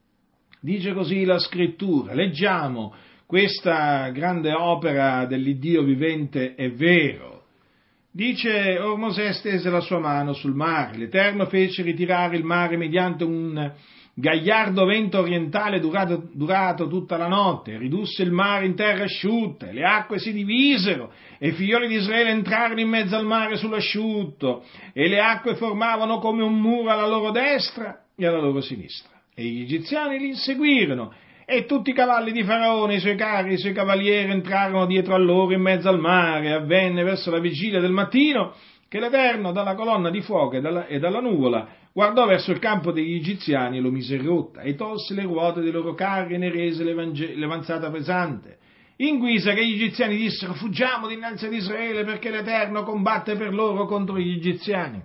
Dice così la scrittura, leggiamo questa grande opera dell'Iddio vivente è vero. Dice, or Mosè stese la sua mano sul mare, l'Eterno fece ritirare il mare mediante un gagliardo vento orientale durato, durato tutta la notte, ridusse il mare in terra asciutta, le acque si divisero, e i figlioli di Israele entrarono in mezzo al mare sull'asciutto, e le acque formavano come un muro alla loro destra e alla loro sinistra. E gli egiziani li inseguirono, e tutti i cavalli di Faraone, i suoi carri, i suoi cavalieri entrarono dietro a loro in mezzo al mare, e avvenne verso la vigilia del mattino che l'Eterno dalla colonna di fuoco e dalla, e dalla nuvola guardò verso il campo degli egiziani e lo mise in rotta, e tolse le ruote dei loro carri e ne rese l'avanzata pesante. In guisa che gli egiziani dissero: fuggiamo dinanzi ad Israele, perché l'Eterno combatte per loro contro gli egiziani.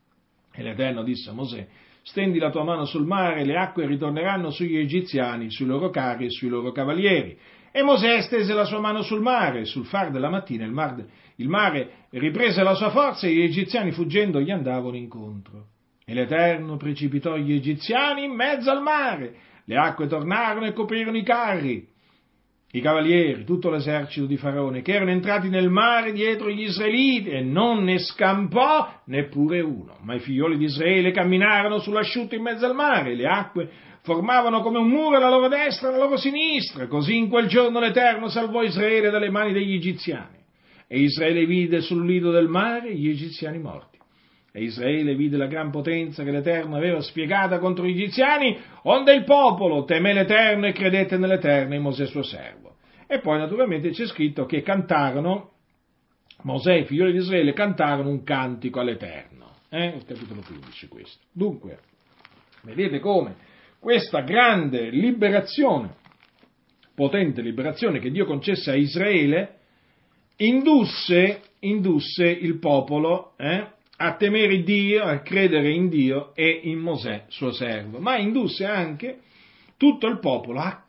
E l'Eterno disse a Mosè: stendi la tua mano sul mare, e le acque ritorneranno sugli egiziani, sui loro carri e sui loro cavalieri. E Mosè stese la sua mano sul mare, e sul far della mattina il mare, il mare riprese la sua forza, e gli egiziani fuggendo gli andavano incontro. E l'Eterno precipitò gli egiziani in mezzo al mare, le acque tornarono e coprirono i carri, i cavalieri, tutto l'esercito di Faraone, che erano entrati nel mare dietro gli israeliti, e non ne scampò neppure uno. Ma i figlioli di Israele camminarono sull'asciutto in mezzo al mare, le acque formavano come un muro alla loro destra e alla loro sinistra. Così in quel giorno l'Eterno salvò Israele dalle mani degli egiziani. E Israele vide sul lido del mare gli egiziani morti. E Israele vide la gran potenza che l'Eterno aveva spiegata contro gli egiziani, onde il popolo temé l'Eterno e credette nell'Eterno e Mosè suo servo. E poi naturalmente c'è scritto che cantarono, Mosè e i figlioli di Israele cantarono un cantico all'Eterno. Eh? Il capitolo quindici questo. Dunque, vedete come questa grande liberazione, potente liberazione che Dio concesse a Israele, indusse, indusse il popolo eh, a temere Dio, a credere in Dio e in Mosè, suo servo, ma indusse anche tutto il popolo a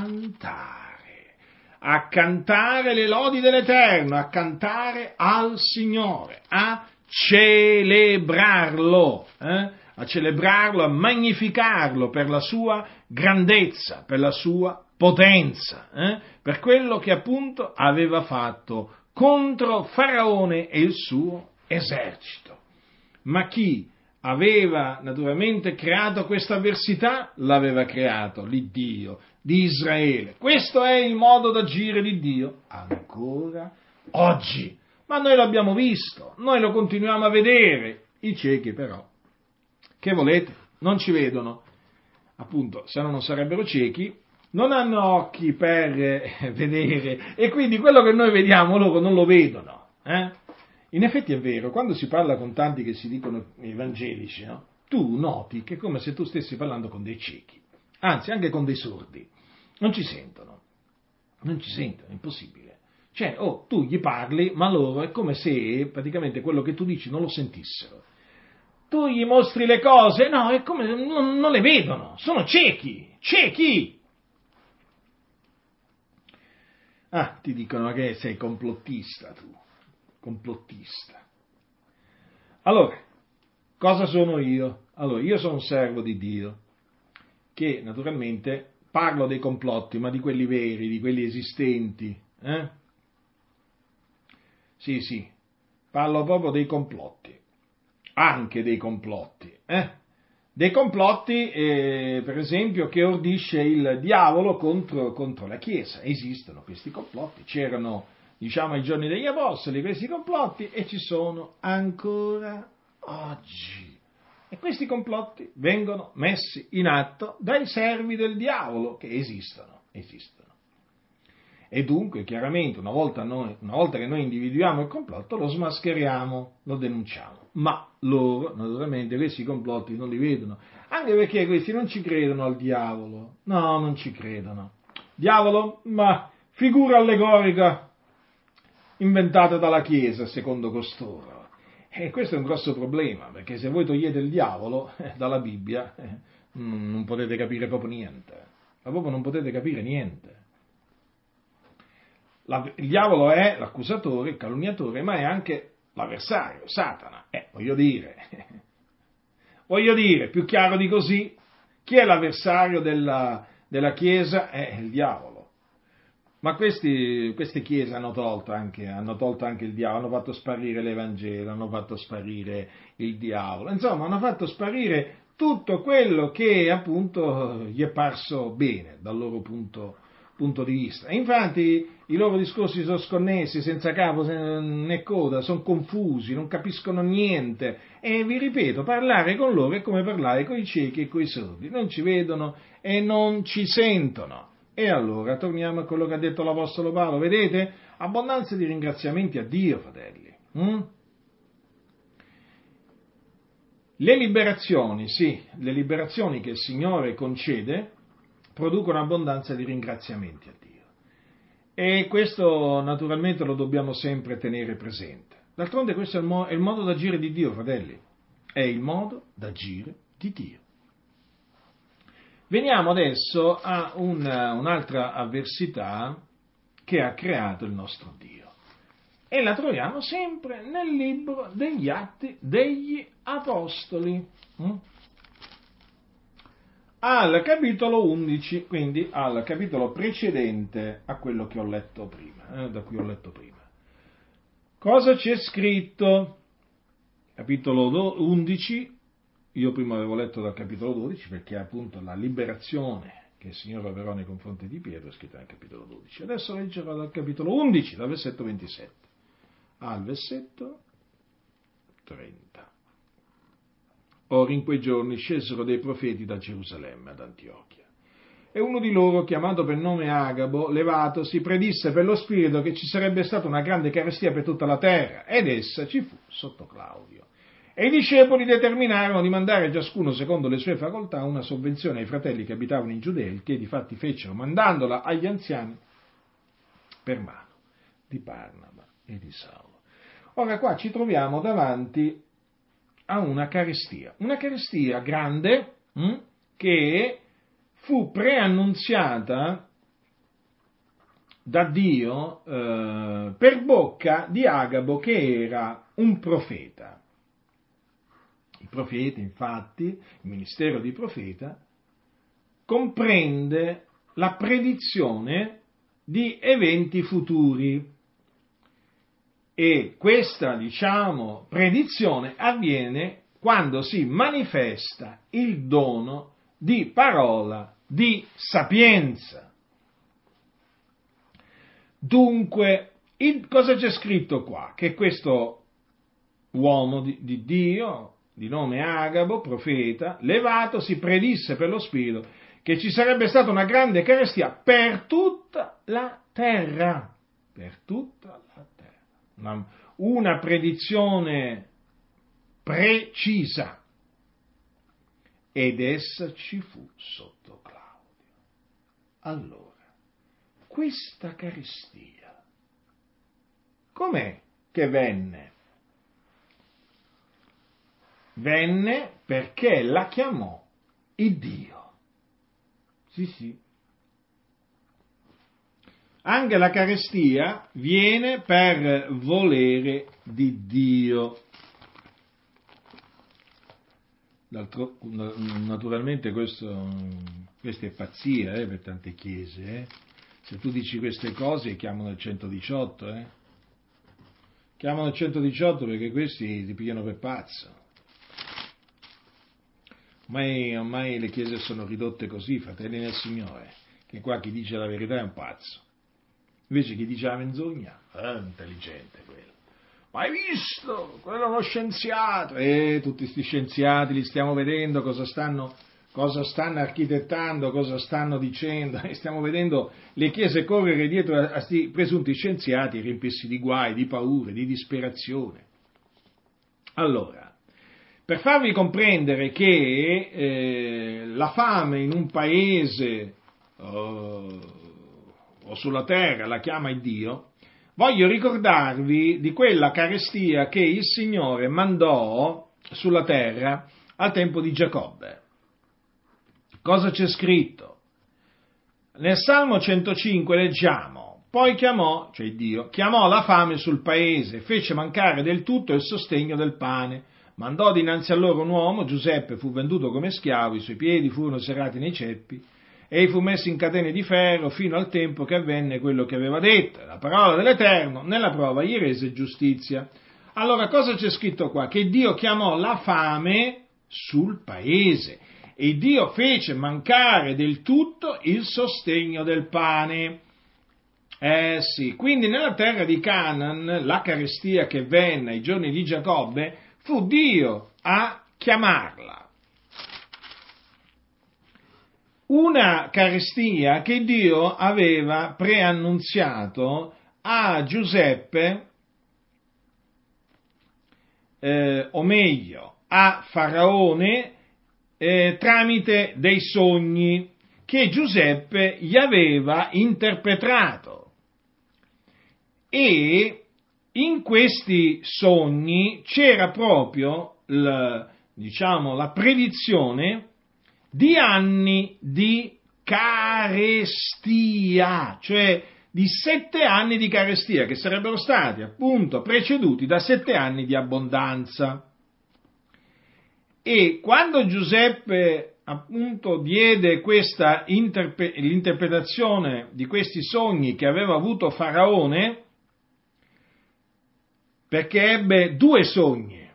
cantare, a cantare le lodi dell'Eterno, a cantare al Signore, a celebrarlo, eh? a celebrarlo, a magnificarlo per la sua grandezza, per la sua potenza, eh? per quello che appunto aveva fatto contro Faraone e il suo esercito. Ma chi aveva naturalmente creato questa avversità? L'aveva creato l'Iddio di Israele. Questo è il modo d'agire di Dio ancora oggi. Ma noi l'abbiamo visto, noi lo continuiamo a vedere. I ciechi però, che volete? Non ci vedono. Appunto, se no non sarebbero ciechi, non hanno occhi per eh, vedere, e quindi quello che noi vediamo loro non lo vedono. Eh? In effetti è vero, quando si parla con tanti che si dicono evangelici, no? Tu noti che è come se tu stessi parlando con dei ciechi, anzi anche con dei sordi, non ci sentono, non ci sentono, è impossibile. Cioè, oh, tu gli parli, ma loro è come se praticamente quello che tu dici non lo sentissero. Tu gli mostri le cose, no, è come se non, non le vedono, sono ciechi, ciechi! Ah, ti dicono che sei complottista tu. Complottista. Allora, cosa sono io? Allora, io sono un servo di Dio, che naturalmente parlo dei complotti, ma di quelli veri, di quelli esistenti. Eh? Sì, sì, parlo proprio dei complotti, anche dei complotti. Eh? Dei complotti, eh, per esempio, che ordisce il diavolo contro, contro la Chiesa. Esistono questi complotti, c'erano diciamo ai giorni degli Apostoli, questi complotti, e ci sono ancora oggi. E questi complotti vengono messi in atto dai servi del diavolo, che esistono, esistono. E dunque, chiaramente, una volta, noi, una volta che noi individuiamo il complotto, lo smascheriamo, lo denunciamo. Ma loro, naturalmente, questi complotti non li vedono, anche perché questi non ci credono al diavolo. No, non ci credono. Diavolo? Ma figura allegorica inventata dalla Chiesa, secondo costoro. E questo è un grosso problema, perché se voi togliete il diavolo eh, dalla Bibbia, eh, non potete capire proprio niente. Ma proprio non potete capire niente. La, il diavolo è l'accusatore, il calunniatore, ma è anche l'avversario, Satana. Eh, voglio dire, voglio dire, più chiaro di così, chi è l'avversario della, della Chiesa? È il diavolo. Ma questi, queste chiese hanno tolto, anche, hanno tolto anche il diavolo, hanno fatto sparire l'Evangelo, hanno fatto sparire il diavolo, insomma hanno fatto sparire tutto quello che appunto gli è parso bene dal loro punto, punto di vista. E infatti i loro discorsi sono sconnessi, senza capo né coda, sono confusi, non capiscono niente e vi ripeto, parlare con loro è come parlare con i ciechi e con i sordi, non ci vedono e non ci sentono. E allora torniamo a quello che ha detto l'Apostolo Paolo, vedete? Abbondanza di ringraziamenti a Dio, fratelli. Mm? Le liberazioni, sì, le liberazioni che il Signore concede producono abbondanza di ringraziamenti a Dio. E questo naturalmente lo dobbiamo sempre tenere presente. D'altronde questo è il, mo- è il modo d'agire di Dio, fratelli. È il modo d'agire di Dio. Veniamo adesso a una, un'altra avversità che ha creato il nostro Dio. E la troviamo sempre nel libro degli Atti degli Apostoli. Al capitolo undici, quindi al capitolo precedente a quello che ho letto prima, eh, da cui ho letto prima. Cosa c'è scritto? Capitolo undici. Io prima avevo letto dal capitolo dodici perché appunto la liberazione che il Signore operò nei confronti di Pietro è scritta nel capitolo dodici. Adesso leggerò dal capitolo undici, dal versetto ventisette al versetto trenta. Ora in quei giorni scesero dei profeti da Gerusalemme ad Antiochia. E uno di loro, chiamato per nome Agabo, levatosi, predisse per lo Spirito che ci sarebbe stata una grande carestia per tutta la terra, ed essa ci fu sotto Claudio. E i discepoli determinarono di mandare ciascuno secondo le sue facoltà una sovvenzione ai fratelli che abitavano in Giudea, il che difatti fecero, mandandola agli anziani per mano di Barnaba e di Saulo. Ora qua ci troviamo davanti a una carestia, una carestia grande hm, che fu preannunziata da Dio eh, per bocca di Agabo, che era un profeta. Il profeta, infatti, il ministero di profeta, comprende la predizione di eventi futuri. E questa, diciamo, predizione avviene quando si manifesta il dono di parola di sapienza. Dunque, il, cosa c'è scritto qua? Che questo uomo di, di Dio, di nome Agabo, profeta, levatosi, predisse per lo Spirito che ci sarebbe stata una grande carestia per tutta la terra. Per tutta la terra. Una, una predizione precisa. Ed essa ci fu sotto Claudio. Allora, questa carestia, com'è che venne? Venne perché la chiamò il Dio. Sì, sì. Anche la carestia viene per volere di Dio. D'altro, naturalmente questo, questa è pazzia eh, per tante chiese. Eh. Se tu dici queste cose chiamano il centodiciotto. Eh. Chiamano il centodiciotto perché questi ti pigliano per pazzo. Ormai, ormai le chiese sono ridotte così, fratelli nel Signore, che qua chi dice la verità è un pazzo. Invece chi dice la menzogna è intelligente quello. Ma hai visto? Quello è uno scienziato. E tutti questi scienziati li stiamo vedendo cosa stanno, cosa stanno architettando, cosa stanno dicendo, e stiamo vedendo le chiese correre dietro a questi presunti scienziati, riempirsi di guai, di paure, di disperazione. Allora, per farvi comprendere che eh, la fame in un paese oh, o sulla terra la chiama il Dio, voglio ricordarvi di quella carestia che il Signore mandò sulla terra al tempo di Giacobbe. Cosa c'è scritto? Nel Salmo centocinque leggiamo: poi chiamò, cioè Dio, chiamò la fame sul paese, fece mancare del tutto il sostegno del pane, mandò dinanzi a loro un uomo, Giuseppe fu venduto come schiavo, i suoi piedi furono serrati nei ceppi, e fu messo in catene di ferro fino al tempo che avvenne quello che aveva detto. La parola dell'Eterno nella prova gli rese giustizia. Allora cosa c'è scritto qua? Che Dio chiamò la fame sul paese. E Dio fece mancare del tutto il sostegno del pane. Eh sì, quindi nella terra di Canaan la carestia che venne ai giorni di Giacobbe fu Dio a chiamarla. Una carestia che Dio aveva preannunziato a Giuseppe, eh, o meglio, a Faraone, Eh, tramite dei sogni che Giuseppe gli aveva interpretato. E in questi sogni c'era proprio la, diciamo, la predizione di anni di carestia, cioè di sette anni di carestia che sarebbero stati appunto preceduti da sette anni di abbondanza. E quando Giuseppe appunto diede questa interpe- l'interpretazione di questi sogni che aveva avuto Faraone, perché ebbe due sogni,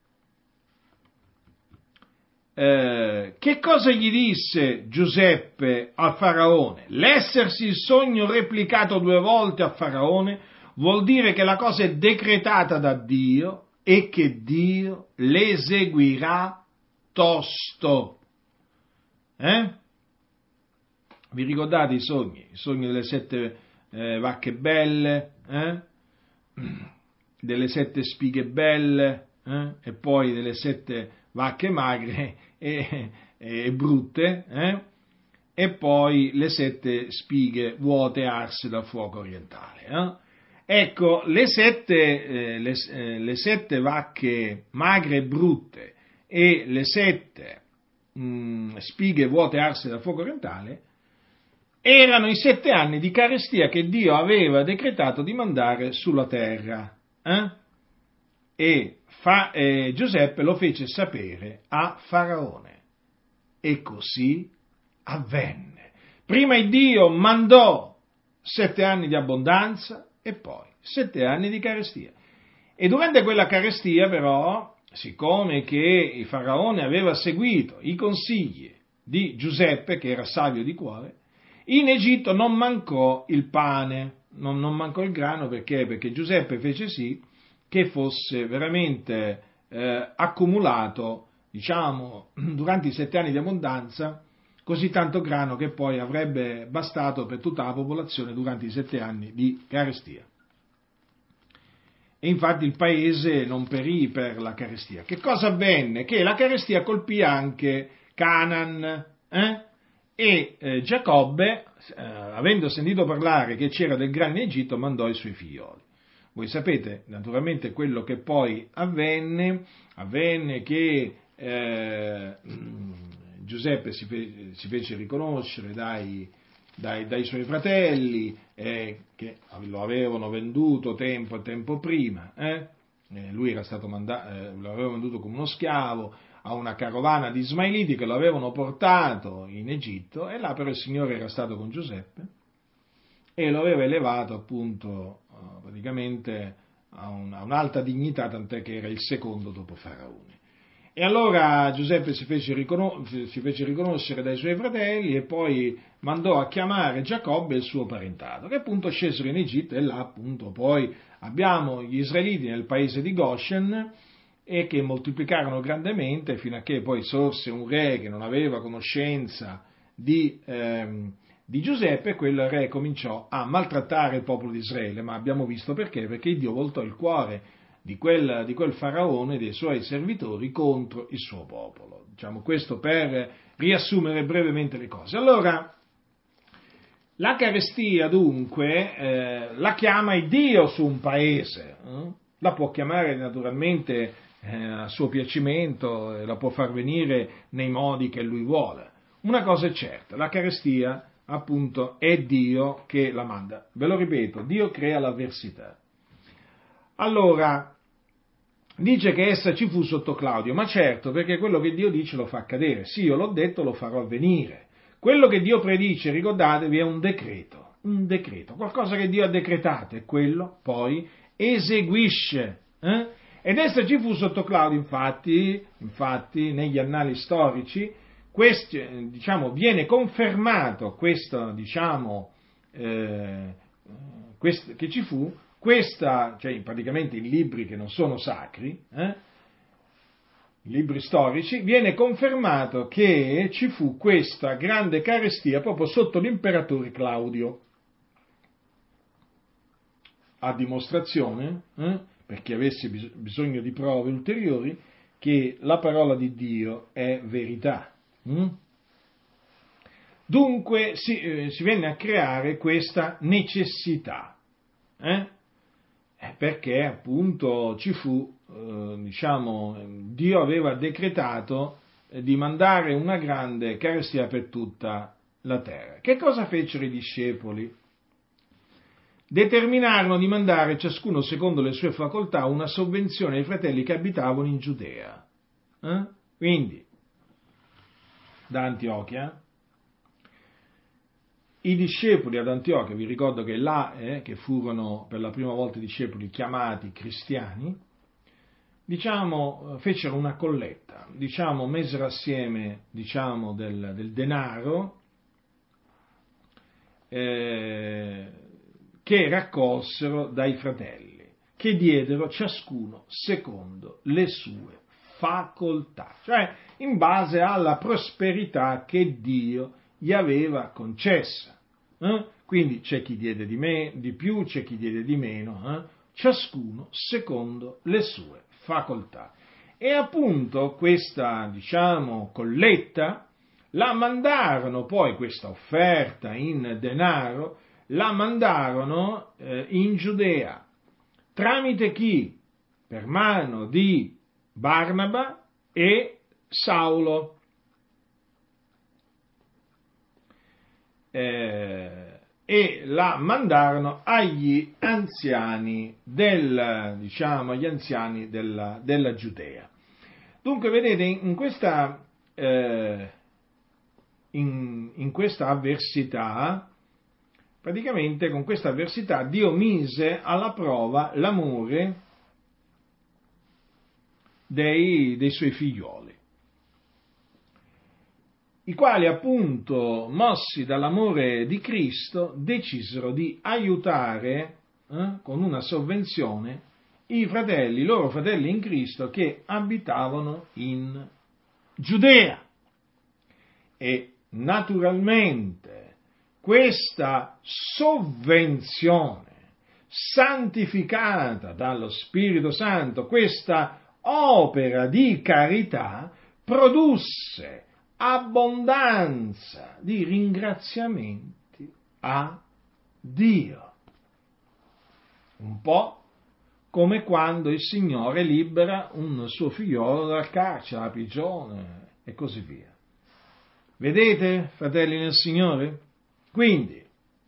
eh, che cosa gli disse Giuseppe a Faraone? L'essersi il sogno replicato due volte a Faraone vuol dire che la cosa è decretata da Dio e che Dio l'eseguirà tosto. Eh? Vi ricordate i sogni? I sogni delle sette eh, vacche belle, eh? delle sette spighe belle, eh? e poi delle sette vacche magre e, e brutte, eh? e poi le sette spighe vuote arse dal fuoco orientale. Eh? Ecco, le sette, eh, le, eh, le sette vacche magre e brutte e le sette mh, spighe vuote arse dal fuoco orientale erano i sette anni di carestia che Dio aveva decretato di mandare sulla terra. Eh? E fa, eh, Giuseppe lo fece sapere a Faraone. E così avvenne. Prima il Dio mandò sette anni di abbondanza e poi sette anni di carestia. E durante quella carestia però, siccome che il Faraone aveva seguito i consigli di Giuseppe, che era savio di cuore, in Egitto non mancò il pane, non, non mancò il grano, perché? Perché Giuseppe fece sì che fosse veramente eh, accumulato, diciamo, durante i sette anni di abbondanza, così tanto grano che poi avrebbe bastato per tutta la popolazione durante i sette anni di carestia. E infatti il paese non perì per la carestia. Che cosa avvenne? Che la carestia colpì anche Canaan, eh? e eh, Giacobbe, eh, avendo sentito parlare che c'era del grano in Egitto, mandò i suoi figlioli. Voi sapete naturalmente quello che poi avvenne, avvenne che eh, Giuseppe si, fe, si fece riconoscere dai, dai, dai suoi fratelli eh, che lo avevano venduto tempo e tempo prima, eh? Eh, lui era stato mandato, eh, lo avevano venduto come uno schiavo a una carovana di Ismailiti che lo avevano portato in Egitto, e là però il Signore era stato con Giuseppe e lo aveva elevato appunto uh, praticamente a, un, a un'alta dignità, tant'è che era il secondo dopo Faraone. E allora Giuseppe si fece, riconos- si fece riconoscere dai suoi fratelli e poi mandò a chiamare Giacobbe e il suo parentato, che appunto scesero in Egitto, e là appunto poi abbiamo gli israeliti nel paese di Goshen, e che moltiplicarono grandemente fino a che poi sorse un re che non aveva conoscenza di, ehm, di Giuseppe, e quel re cominciò a maltrattare il popolo di Israele, ma abbiamo visto perché, perché Dio voltò il cuore di quel, di quel faraone e dei suoi servitori contro il suo popolo. Diciamo questo per riassumere brevemente le cose. Allora, la carestia dunque eh, la chiama il Dio su un paese, eh? La può chiamare naturalmente eh, a suo piacimento, eh, la può far venire nei modi che lui vuole. Una cosa è certa, la carestia appunto è Dio che la manda. Ve lo ripeto, Dio crea l'avversità. Allora, dice che essa ci fu sotto Claudio, ma certo, perché quello che Dio dice lo fa accadere. Sì, io l'ho detto, lo farò avvenire. Quello che Dio predice, ricordatevi, è un decreto, un decreto, qualcosa che Dio ha decretato e quello poi eseguisce. Eh? Ed essa ci fu sotto Claudio, infatti, infatti negli annali storici, questo, diciamo, viene confermato questo, diciamo, eh, questo, che ci fu questa, cioè praticamente in libri che non sono sacri, eh, i libri storici, viene confermato che ci fu questa grande carestia proprio sotto l'imperatore Claudio, a dimostrazione, eh, per chi avesse bisogno di prove ulteriori, che la parola di Dio è verità. Mm? Dunque si, eh, si venne a creare questa necessità, eh? perché appunto ci fu, eh, diciamo, Dio aveva decretato eh, di mandare una grande carestia per tutta la terra. Che cosa fecero i discepoli? Determinarono di mandare ciascuno secondo le sue facoltà una sovvenzione ai fratelli che abitavano in Giudea. Eh? Quindi, da Antiochia, i discepoli ad Antiochia, vi ricordo che là eh, che furono per la prima volta i discepoli chiamati cristiani, diciamo, fecero una colletta, diciamo, mesero assieme, diciamo, del, del denaro eh, che raccolsero dai fratelli, che diedero ciascuno secondo le sue facoltà, cioè in base alla prosperità che Dio gli aveva concessa. Eh? Quindi c'è chi diede di, me, di più, c'è chi diede di meno, eh? ciascuno secondo le sue facoltà. E appunto questa, diciamo, colletta la mandarono poi, questa offerta in denaro, la mandarono eh, in Giudea. Tramite chi? Per mano di Barnaba e Saulo. Eh, e la mandarono agli anziani del, diciamo, agli anziani della, della Giudea. Dunque, vedete, in questa, eh, in, in questa avversità, praticamente con questa avversità Dio mise alla prova l'amore dei, dei suoi figlioli, i quali appunto, mossi dall'amore di Cristo, decisero di aiutare eh, con una sovvenzione i fratelli, i loro fratelli in Cristo che abitavano in Giudea. E naturalmente questa sovvenzione santificata dallo Spirito Santo, questa opera di carità, produsse abbondanza di ringraziamenti a Dio. Un po' come quando il Signore libera un suo figliolo dal carcere, dalla prigione e così via. Vedete, fratelli nel Signore? Quindi,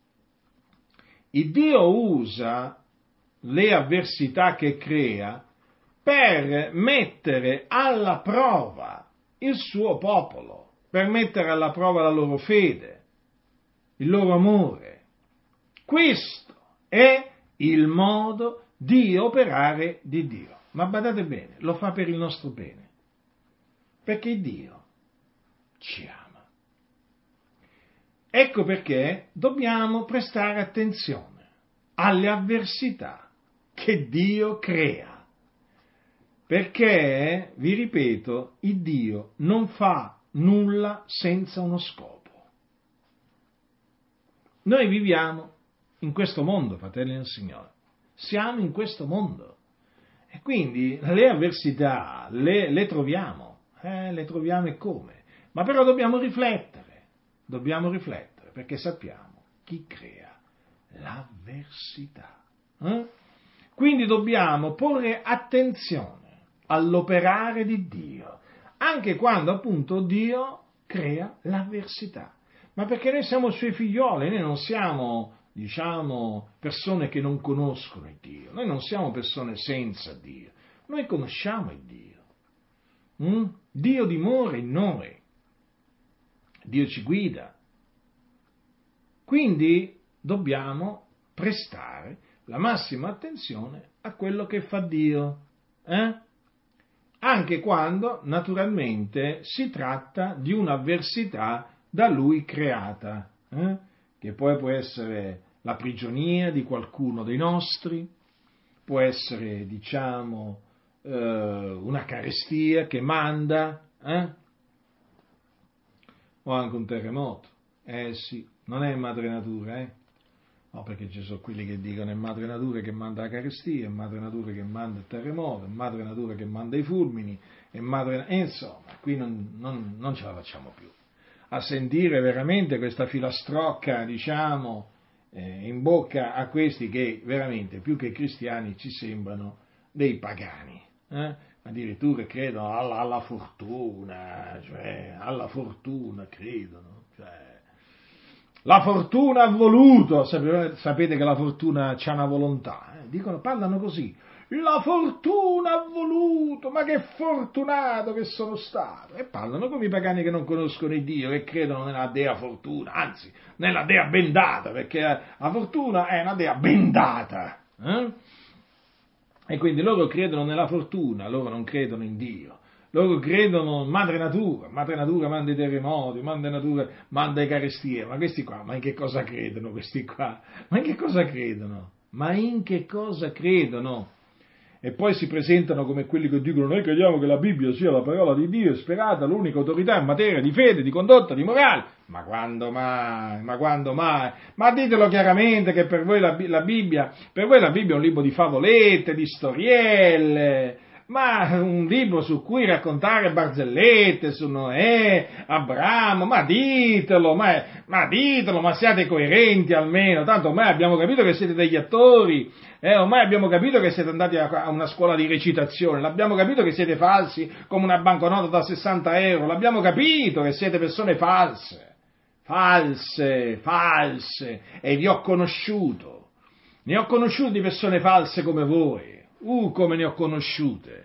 il Dio usa le avversità che crea per mettere alla prova il suo popolo, per mettere alla prova la loro fede, il loro amore. Questo è il modo di operare di Dio. Ma badate bene, lo fa per il nostro bene, perché Dio ci ama. Ecco perché dobbiamo prestare attenzione alle avversità che Dio crea. Perché, vi ripeto, il Dio non fa nulla senza uno scopo. Noi viviamo in questo mondo, fratelli del Signore, siamo in questo mondo e quindi le avversità le, le troviamo, eh, le troviamo e come? Ma però dobbiamo riflettere, dobbiamo riflettere perché sappiamo chi crea l'avversità. Eh? Quindi dobbiamo porre attenzione all'operare di Dio, anche quando appunto Dio crea l'avversità. Ma perché noi siamo suoi figlioli, noi non siamo, diciamo, persone che non conoscono il Dio, noi non siamo persone senza Dio, noi conosciamo il Dio. Mm? Dio dimora in noi, Dio ci guida. Quindi dobbiamo prestare la massima attenzione a quello che fa Dio, eh? Anche quando naturalmente si tratta di un'avversità da Lui creata, eh? Che poi può essere la prigionia di qualcuno dei nostri, può essere, diciamo, eh, una carestia che manda, eh? O anche un terremoto. Eh sì, non è madre natura, eh? No, perché ci sono quelli che dicono è madre natura che manda la carestia, è madre natura che manda il terremoto, è madre natura che manda i fulmini, è madre... E insomma, qui non, non, non ce la facciamo più a sentire veramente questa filastrocca, diciamo, eh, in bocca a questi che veramente, più che cristiani, ci sembrano dei pagani. Eh? Addirittura credono alla, alla fortuna, cioè alla fortuna credono, cioè... La fortuna ha voluto, sapete che la fortuna c'ha una volontà, eh? Dicono, parlano così, la fortuna ha voluto, ma che fortunato che sono stato, e parlano come i pagani che non conoscono il Dio, che credono nella dea fortuna, anzi, nella dea bendata, perché la fortuna è una dea bendata, eh? E quindi loro credono nella fortuna, loro non credono in Dio. Loro credono in madre natura, madre natura manda i terremoti, madre natura manda le carestie, ma questi qua, ma in che cosa credono questi qua? Ma in che cosa credono? Ma in che cosa credono? E poi si presentano come quelli che dicono noi crediamo che la Bibbia sia la parola di Dio ispirata, l'unica autorità in materia di fede, di condotta, di morale. Ma quando mai? Ma quando mai? Ma ditelo chiaramente che per voi la, la Bibbia, per voi la Bibbia è un libro di favolette, di storielle, ma un libro su cui raccontare barzellette su Noè, Abramo, ma ditelo, ma, ma ditelo, ma siate coerenti almeno, tanto ormai abbiamo capito che siete degli attori, eh, ormai abbiamo capito che siete andati a, a una scuola di recitazione, l'abbiamo capito che siete falsi come una banconota da sessanta euro, l'abbiamo capito che siete persone false, false, false, e vi ho conosciuto, ne ho conosciuto di persone false come voi. Uh, come ne ho conosciute.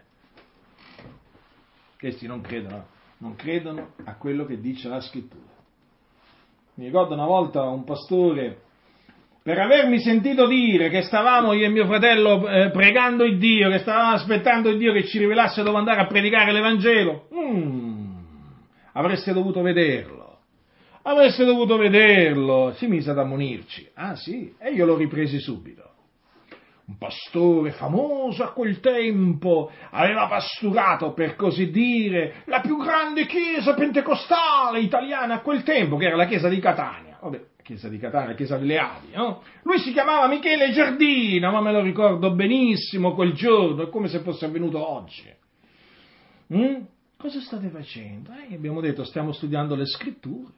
Questi non credono, non credono a quello che dice la Scrittura. Mi ricordo una volta un pastore, per avermi sentito dire che stavamo io e mio fratello eh, pregando il Dio, che stavamo aspettando il Dio che ci rivelasse dove andare a predicare l'Evangelo, mm, avreste dovuto vederlo. Avreste dovuto vederlo. Si mise ad ammonirci. Ah sì? E io l'ho ripresi subito. Un pastore famoso a quel tempo, aveva pasturato, per così dire, la più grande chiesa pentecostale italiana a quel tempo, che era la chiesa di Catania. Vabbè, chiesa di Catania, chiesa delle Adi, no? Lui si chiamava Michele Giardino, ma me lo ricordo benissimo quel giorno, è come se fosse avvenuto oggi. Mm? Cosa state facendo? Eh, abbiamo detto, stiamo studiando le scritture.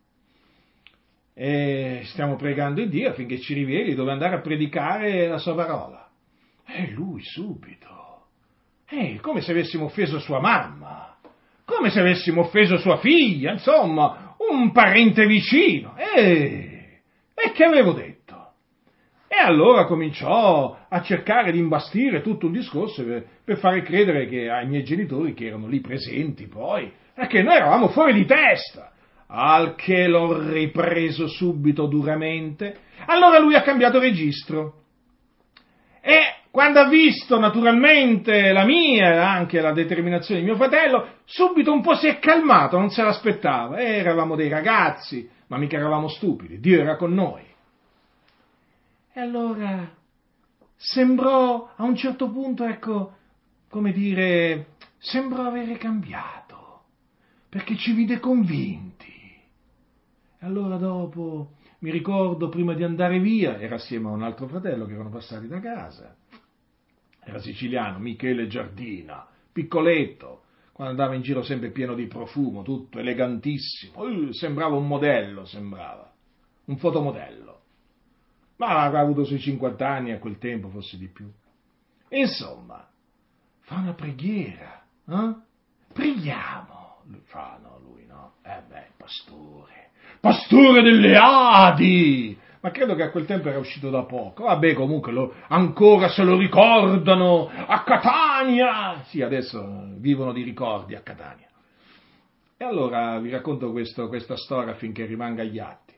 E stiamo pregando il Dio affinché ci riveli dove andare a predicare la sua parola. E lui subito, eh, come se avessimo offeso sua mamma, come se avessimo offeso sua figlia, insomma, un parente vicino. E, e che avevo detto? E allora cominciò a cercare di imbastire tutto un discorso per, per fare credere che ai miei genitori, che erano lì presenti poi, e che noi eravamo fuori di testa. Al che l'ho ripreso subito duramente, allora lui ha cambiato registro e quando ha visto naturalmente la mia e anche la determinazione di mio fratello, subito un po' si è calmato, non se l'aspettava, eh, eravamo dei ragazzi, ma mica eravamo stupidi, Dio era con noi. E allora sembrò a un certo punto, ecco, come dire, sembrò avere cambiato, perché ci vide convinti. E allora dopo, mi ricordo, prima di andare via, era assieme a un altro fratello che erano passati da casa, era siciliano, Michele Giardina, piccoletto, quando andava in giro sempre pieno di profumo, tutto elegantissimo, uh, sembrava un modello, sembrava, un fotomodello, ma aveva avuto sui cinquanta anni a quel tempo, forse di più. Insomma, fa una preghiera, eh? Preghiamo, lui fa, no, lui no, eh beh, pastore, pastore delle Adi! Ma credo che a quel tempo era uscito da poco. Vabbè, comunque lo, ancora se lo ricordano a Catania. Sì, adesso vivono di ricordi a Catania. E allora vi racconto questo, questa storia affinché rimanga agli atti.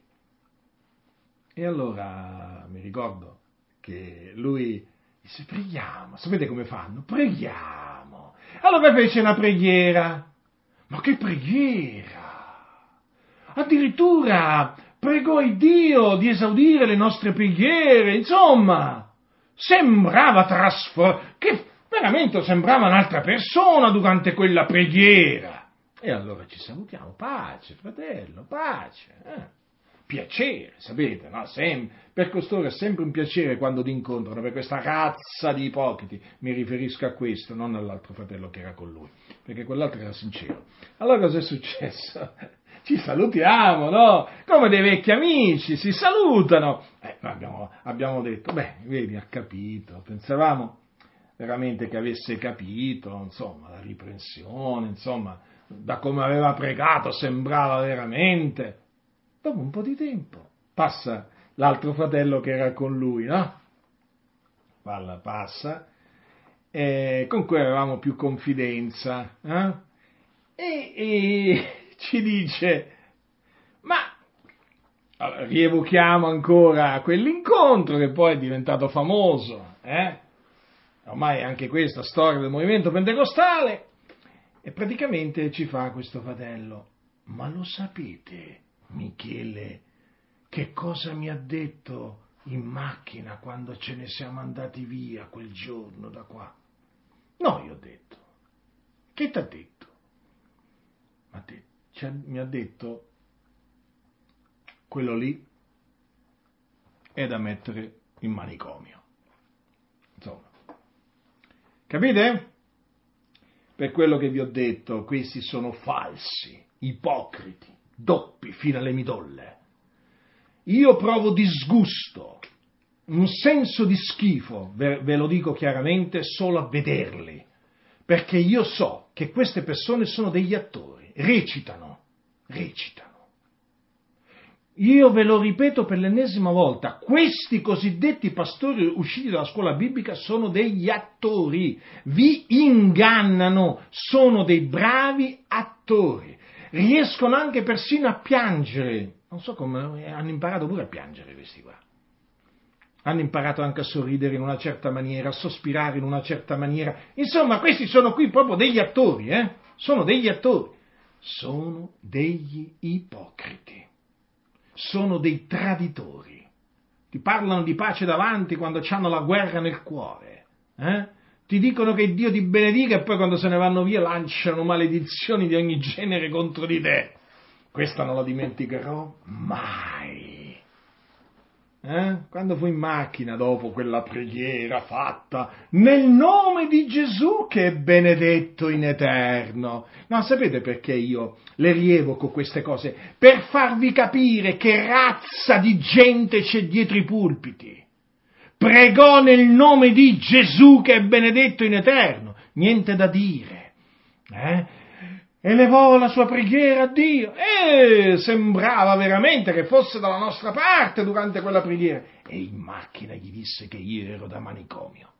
E allora mi ricordo che lui disse: preghiamo. Sapete come fanno? Preghiamo. Allora fece una preghiera. Ma che preghiera! Addirittura pregò il Dio di esaudire le nostre preghiere, insomma, sembrava trasformato, che veramente sembrava un'altra persona durante quella preghiera. E allora ci salutiamo, pace, fratello, pace, eh? Piacere, sapete, no? Sem- per costoro è sempre un piacere quando li incontrano, per questa razza di ipocriti, mi riferisco a questo, non all'altro fratello che era con lui, perché quell'altro era sincero. Allora cosa è successo? Ci salutiamo, no? Come dei vecchi amici, si salutano. Eh, abbiamo, abbiamo detto, beh, vedi, ha capito, pensavamo veramente che avesse capito, insomma, la riprensione, insomma, da come aveva pregato sembrava veramente. Dopo un po' di tempo passa l'altro fratello che era con lui, no? Palla, passa, eh, con cui avevamo più confidenza, eh? e, e ci dice: ma allora, rievochiamo ancora quell'incontro che poi è diventato famoso, eh? Ormai anche questa storia del movimento pentecostale, e praticamente ci fa questo fratello: ma lo sapete, Michele, che cosa mi ha detto in macchina quando ce ne siamo andati via quel giorno da qua? No, io ho detto. Che t'ha detto? Ma te, cioè, mi ha detto: quello lì è da mettere in manicomio. Insomma, capite? Per quello che vi ho detto, questi sono falsi, ipocriti, doppi fino alle midolle. Io provo disgusto, un senso di schifo, ve, ve lo dico chiaramente, solo a vederli, perché io so che queste persone sono degli attori, recitano, recitano. Io ve lo ripeto per l'ennesima volta, questi cosiddetti pastori usciti dalla scuola biblica sono degli attori, vi ingannano, sono dei bravi attori, riescono anche persino a piangere, non so come, hanno imparato pure a piangere questi qua, hanno imparato anche a sorridere in una certa maniera, a sospirare in una certa maniera, insomma questi sono qui proprio degli attori, eh? Sono degli attori, sono degli ipocriti. Sono dei traditori, ti parlano di pace davanti quando hanno la guerra nel cuore, eh? Ti dicono che Dio ti benedica e poi quando se ne vanno via lanciano maledizioni di ogni genere contro di te. Questa non la dimenticherò mai. Eh? Quando fu in macchina dopo quella preghiera fatta nel nome di Gesù che è benedetto in eterno. No, sapete perché io le rievoco queste cose? Per farvi capire che razza di gente c'è dietro i pulpiti. Pregò nel nome di Gesù che è benedetto in eterno. Niente da dire. Eh? Elevò la sua preghiera a Dio e sembrava veramente che fosse dalla nostra parte durante quella preghiera, e in macchina gli disse che io ero da manicomio.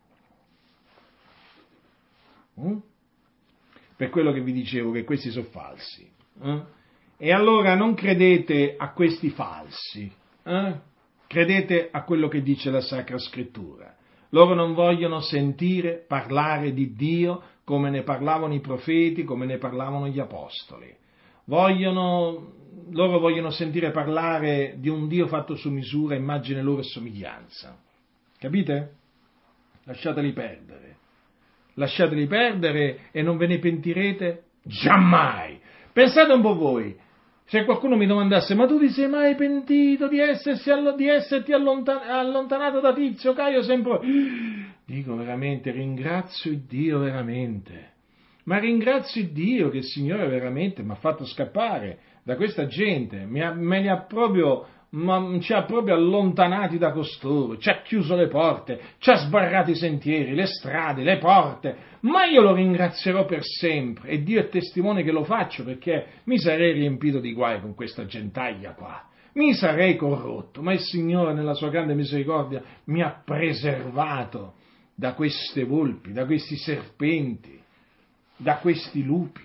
Mm? Per quello che vi dicevo che questi sono falsi. Eh? E allora non credete a questi falsi, eh? Credete a quello che dice la Sacra Scrittura. Loro non vogliono sentire parlare di Dio come ne parlavano i profeti, come ne parlavano gli apostoli. Vogliono, loro vogliono sentire parlare di un Dio fatto su misura, immagine loro e somiglianza. Capite? Lasciateli perdere. lasciateli perdere e non ve ne pentirete giammai. Pensate un po' voi, se qualcuno mi domandasse, ma tu ti sei mai pentito di, essersi, di esserti allontan- allontanato da Tizio, Caio, sempre... Dico veramente, ringrazio Dio veramente, ma ringrazio Dio che il Signore veramente mi ha fatto scappare da questa gente, mi ha, me ne ha proprio, ma, ci ha proprio allontanati da costoro, ci ha chiuso le porte, ci ha sbarrato i sentieri, le strade, le porte, ma io lo ringrazierò per sempre e Dio è testimone che lo faccio perché mi sarei riempito di guai con questa gentaglia qua, mi sarei corrotto, ma il Signore nella sua grande misericordia mi ha preservato da queste volpi, da questi serpenti, da questi lupi,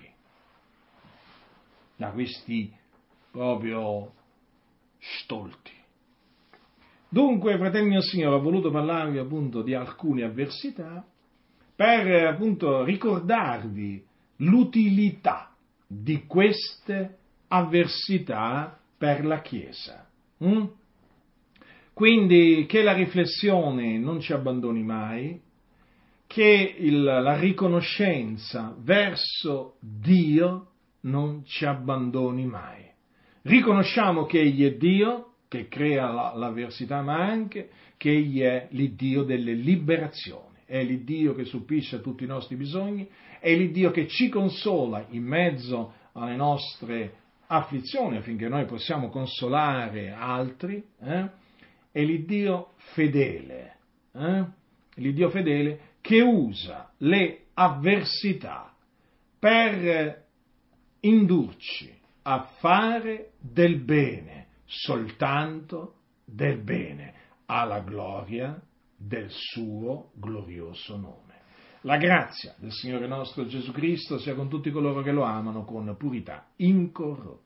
da questi proprio stolti. Dunque, fratelli del Signore, ho voluto parlarvi appunto di alcune avversità per appunto ricordarvi l'utilità di queste avversità per la Chiesa. Mm? Quindi che la riflessione non ci abbandoni mai, che il, la riconoscenza verso Dio non ci abbandoni mai. Riconosciamo che Egli è Dio, che crea la, l'avversità, ma anche che Egli è l'Iddio delle liberazioni, è l'Iddio che suppisce a tutti i nostri bisogni, è l'Iddio che ci consola in mezzo alle nostre afflizioni affinché noi possiamo consolare altri, eh? È l'Iddio fedele, eh? L'Iddio fedele che usa le avversità per indurci a fare del bene, soltanto del bene, alla gloria del suo glorioso nome. La grazia del Signore nostro Gesù Cristo sia con tutti coloro che lo amano con purità incorrotta.